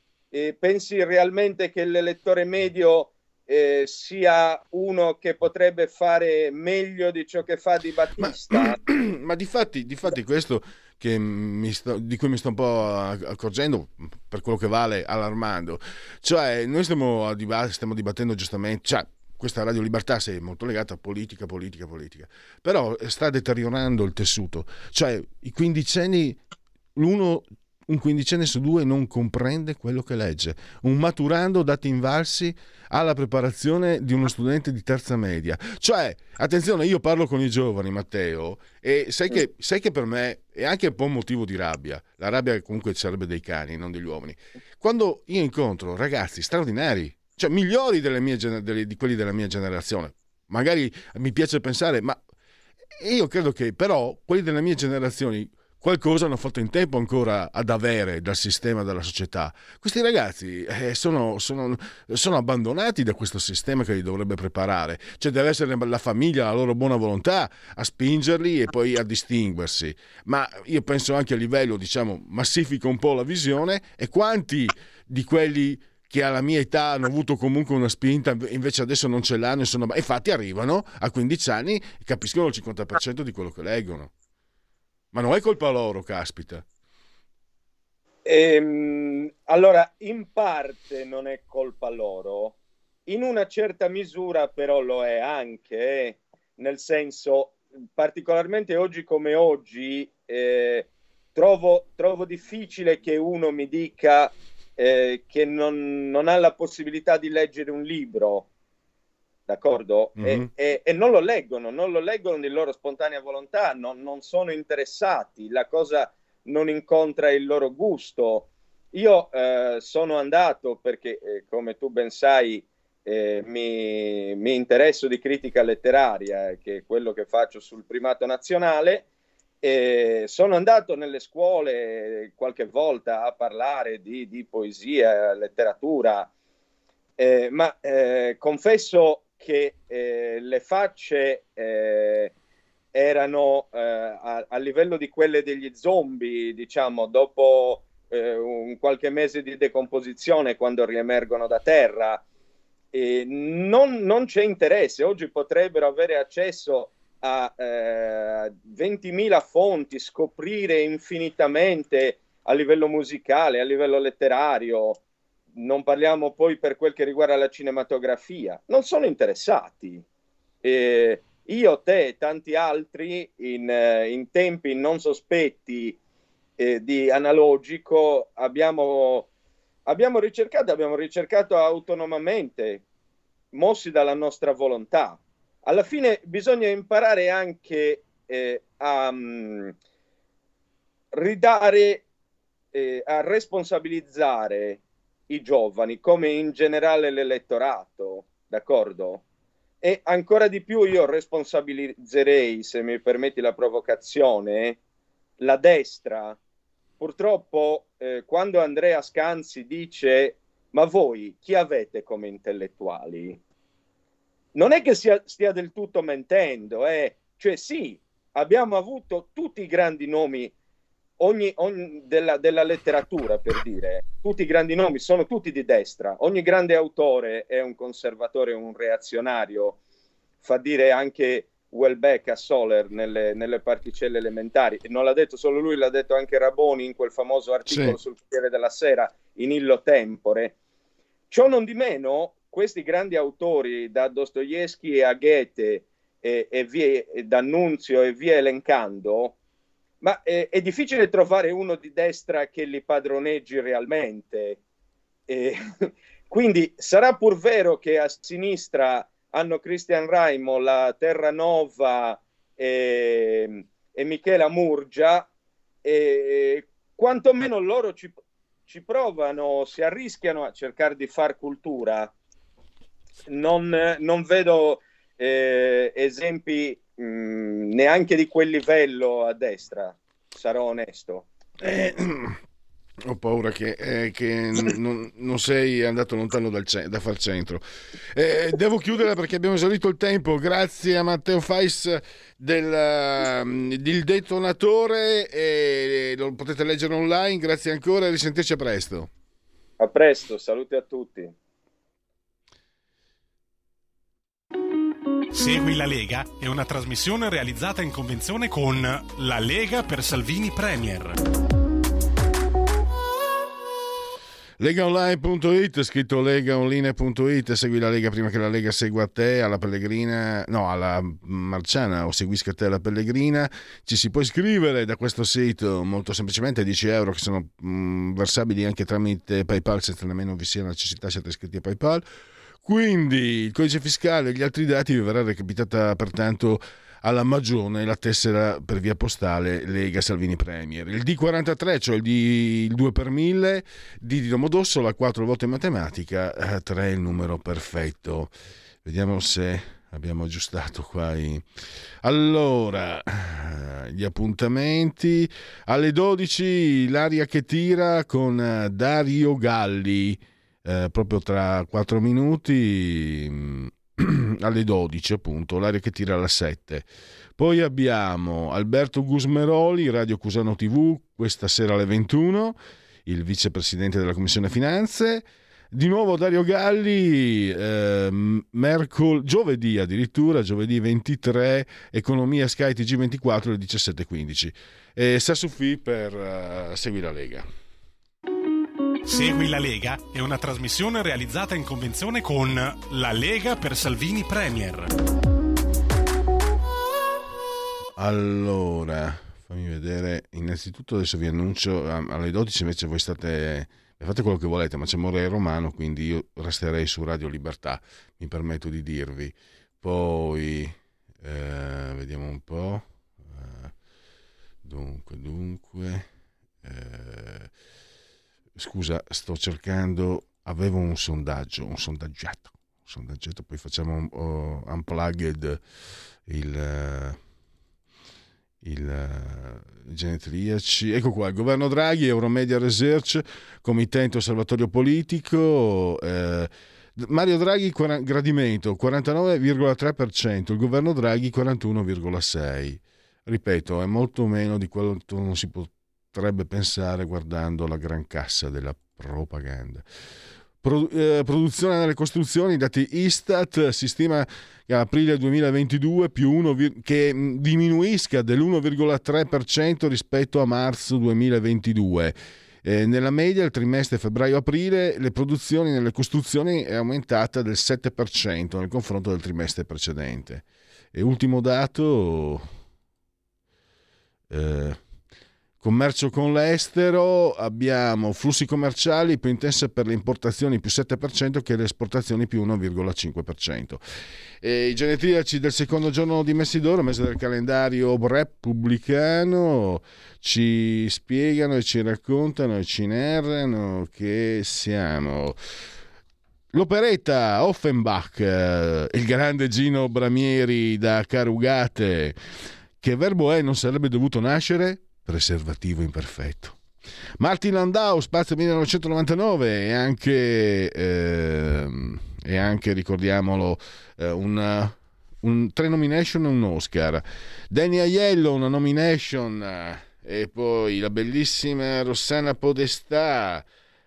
E pensi realmente che l'elettore medio eh, sia uno che potrebbe fare meglio di ciò che fa Di Battista? Ma, ma di fatti, di fatti questo che mi sto, di cui mi sto un po' accorgendo, per quello che vale, allarmando. Cioè, noi stiamo, stiamo dibattendo giustamente, cioè, questa Radio Libertà si è molto legata a politica, politica, politica, però sta deteriorando il tessuto. Cioè, i quindicenni, l'uno, un quindicenne su due non comprende quello che legge. Un maturando dati invalsi alla preparazione di uno studente di terza media. Cioè, attenzione, io parlo con i giovani, Matteo, e sai che, sai che per me è anche un po' un motivo di rabbia. La rabbia comunque sarebbe dei cani, non degli uomini. Quando io incontro ragazzi straordinari, cioè migliori delle mie, delle, di quelli della mia generazione, magari mi piace pensare, ma io credo che però quelli delle mie generazioni qualcosa hanno fatto in tempo ancora ad avere dal sistema, dalla società. Questi ragazzi eh, sono, sono, sono abbandonati da questo sistema che li dovrebbe preparare, cioè deve essere la famiglia, la loro buona volontà a spingerli e poi a distinguersi. Ma io penso anche a livello, diciamo, massifico un po' la visione, e quanti di quelli che alla mia età hanno avuto comunque una spinta, invece adesso non ce l'hanno, sono... e infatti arrivano a quindici anni e capiscono il cinquanta per cento di quello che leggono. Ma non è colpa loro, caspita. Ehm, allora, in parte non è colpa loro, in una certa misura però lo è anche, nel senso, particolarmente oggi come oggi, eh, trovo, trovo difficile che uno mi dica eh, che non, non ha la possibilità di leggere un libro, d'accordo? Mm-hmm. E, e, e non lo leggono, non lo leggono di loro spontanea volontà, non, non sono interessati, la cosa non incontra il loro gusto. Io eh, sono andato perché, eh, come tu ben sai, eh, mi, mi interesso di critica letteraria, che è quello che faccio sul Primato Nazionale, e sono andato nelle scuole qualche volta a parlare di, di poesia, letteratura, eh, ma eh, confesso che eh, le facce eh, erano eh, a, a livello di quelle degli zombie, diciamo, dopo eh, un qualche mese di decomposizione, quando riemergono da terra. E non, non c'è interesse. Oggi potrebbero avere accesso a eh, ventimila fonti, scoprire infinitamente a livello musicale, a livello letterario. Non parliamo poi per quel che riguarda la cinematografia. Non sono interessati. Eh, io, te e tanti altri in, in tempi non sospetti eh, di analogico abbiamo, abbiamo ricercato, abbiamo ricercato autonomamente, mossi dalla nostra volontà. Alla fine bisogna imparare anche eh, a um, ridare, eh, a responsabilizzare i giovani, come in generale l'elettorato, d'accordo? E ancora di più io responsabilizzerei, se mi permetti la provocazione, la destra. Purtroppo eh, quando Andrea Scanzi dice ma voi chi avete come intellettuali? Non è che sia, stia del tutto mentendo, eh? Cioè sì, abbiamo avuto tutti i grandi nomi ogni, ogni della, della letteratura, per dire, tutti i grandi nomi sono tutti di destra, ogni grande autore è un conservatore, un reazionario, fa dire anche Welbeck a Soler nelle, nelle particelle elementari, non l'ha detto solo lui, l'ha detto anche Raboni in quel famoso articolo sì. sul Corriere della Sera, in illo tempore. Ciò non di meno, questi grandi autori, da Dostoevsky a Goethe e, e via, e D'Annunzio e via elencando, ma è, è difficile trovare uno di destra che li padroneggi realmente. E, quindi sarà pur vero che a sinistra hanno Christian Raimo, la Terranova e, e Michela Murgia, e quantomeno loro ci, ci provano, si arrischiano a cercare di far cultura. Non, non vedo eh, esempi mh, neanche di quel livello a destra, sarò onesto. Eh, ho paura che, eh, che non, non sei andato lontano dal ce- da far centro. Eh, devo chiudere perché abbiamo esaurito il tempo. Grazie a Matteo Fais del, uh, del detonatore, e lo potete leggere online. Grazie ancora e risentirci a presto. A presto, salute a tutti. Segui la Lega è una trasmissione realizzata in convenzione con La Lega per Salvini Premier. Legaonline punto it, scritto legaonline punto it, segui la Lega prima che la Lega segua te, alla Pellegrina, no, alla Marciana, o seguisca te alla Pellegrina. Ci si può iscrivere da questo sito molto semplicemente, dieci euro che sono mh, versabili anche tramite PayPal senza nemmeno vi sia la necessità siate iscritti a PayPal. Quindi il codice fiscale e gli altri dati vi verrà recapitata pertanto alla Magione la tessera per via postale Lega Salvini Premier. Il D quarantatré, cioè il, D, il due per mille, D di Domodossola, quattro volte in matematica, tre il numero perfetto. Vediamo se abbiamo aggiustato qua i... Allora, gli appuntamenti. Alle dodici l'aria che tira con Dario Galli, eh, proprio tra quattro minuti... alle dodici appunto, l'aria che tira alla sette. Poi abbiamo Alberto Gusmeroli, Radio Cusano tivù, questa sera alle ventuno, il vicepresidente della Commissione Finanze. Di nuovo Dario Galli, eh, mercol- giovedì addirittura, giovedì ventitré, Economia Sky T G ventiquattro alle diciassette e quindici. E Sassufi per uh, Segui la Lega. Segui la Lega è una trasmissione realizzata in convenzione con La Lega per Salvini Premier. Allora, fammi vedere. Innanzitutto adesso vi annuncio alle dodici, invece voi state, fate quello che volete, ma c'è Morei Romano, quindi io resterei su Radio Libertà, mi permetto di dirvi. Poi eh, vediamo un po'. Eh, dunque, dunque. Eh, Scusa, sto cercando, avevo un sondaggio, un sondaggetto, un sondaggetto, poi facciamo un, oh, unplugged il, il genetriaci. Ecco qua, il governo Draghi, Euromedia Research, Comitente Osservatorio Politico, eh, Mario Draghi gradimento quarantanove virgola tre per cento, il governo Draghi quarantuno virgola sei per cento. Ripeto, è molto meno di quello che non si può potrebbe pensare guardando la gran cassa della propaganda. Pro, eh, produzione nelle costruzioni, dati Istat, si stima che a aprile duemilaventidue più uno, che diminuisca dell'uno virgola tre per cento rispetto a marzo duemilaventidue. Eh, nella media il trimestre febbraio-aprile le produzioni nelle costruzioni è aumentata del sette per cento nel confronto del trimestre precedente. E ultimo dato, eh, Commercio con l'estero, abbiamo flussi commerciali più intense per le importazioni più sette per cento che le esportazioni più uno virgola cinque per cento. E i genetriaci del secondo giorno di Messidoro, mese del calendario repubblicano, ci spiegano e ci raccontano e ci narrano che siamo... L'operetta Offenbach, eh, il grande Gino Bramieri da Carugate. Che verbo è? Non sarebbe dovuto nascere? Preservativo imperfetto. Martin Landau, Spazio millenovecentonovantanove, e anche, eh, e anche ricordiamolo, eh, una, un, tre nomination e un Oscar. Danny Aiello, una nomination, e poi la bellissima Rossana Podestà,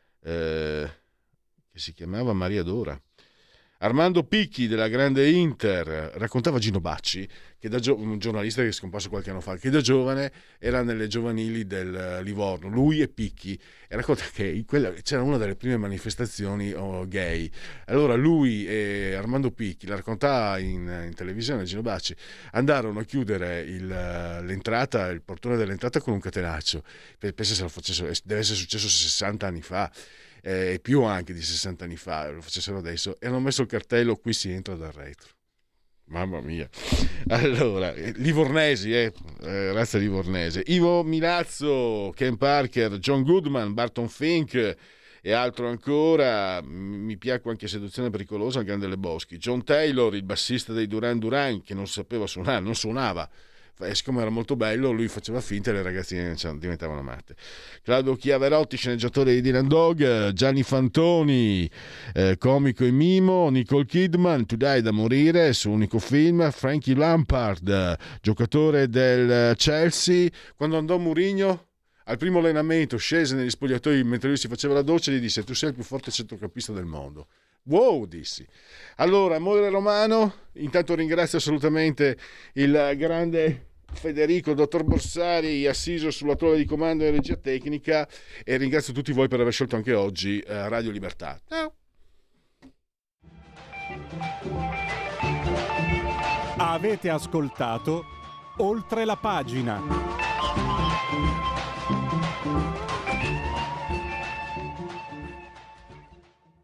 eh, che si chiamava Maria Dora. Armando Picchi della grande Inter, raccontava Gino Bacci, che da gio- un giornalista che è scomparso qualche anno fa, che da giovane era nelle giovanili del Livorno, lui e Picchi, e racconta che in quella, c'era una delle prime manifestazioni oh, gay. Allora lui e Armando Picchi, la raccontava in, in televisione Gino Bacci, andarono a chiudere il, l'entrata, il portone dell'entrata con un catenaccio. Pensa se lo facessero, deve essere successo sessanta anni fa. E eh, più anche di sessanta anni fa, lo facessero adesso, e hanno messo il cartello: qui si entra dal retro. Mamma mia. Allora, livornesi, eh, eh razza livornese. Ivo Milazzo, Ken Parker, John Goodman, Barton Fink e altro ancora. Mi piacque anche Seduzione pericolosa al Grande Lebowski. John Taylor, il bassista dei Duran Duran, che non sapeva suonare, non suonava. E siccome era molto bello, lui faceva finta e le ragazzine diventavano matte. Claudio Chiaverotti, sceneggiatore di Dylan Dog, Gianni Fantoni, eh, comico e mimo, Nicole Kidman, To Die da morire, suo unico film, Frankie Lampard, giocatore del Chelsea. Quando andò Mourinho al primo allenamento, scese negli spogliatoi mentre lui si faceva la doccia e gli disse: tu sei il più forte centrocampista del mondo. Wow, dissi. Allora, Moira Romano, intanto ringrazio assolutamente il grande Federico, dottor Borsari, assiso sulla tolla di comando e regia tecnica, e ringrazio tutti voi per aver scelto anche oggi eh, Radio Libertà. Ciao. Avete ascoltato Oltre la pagina.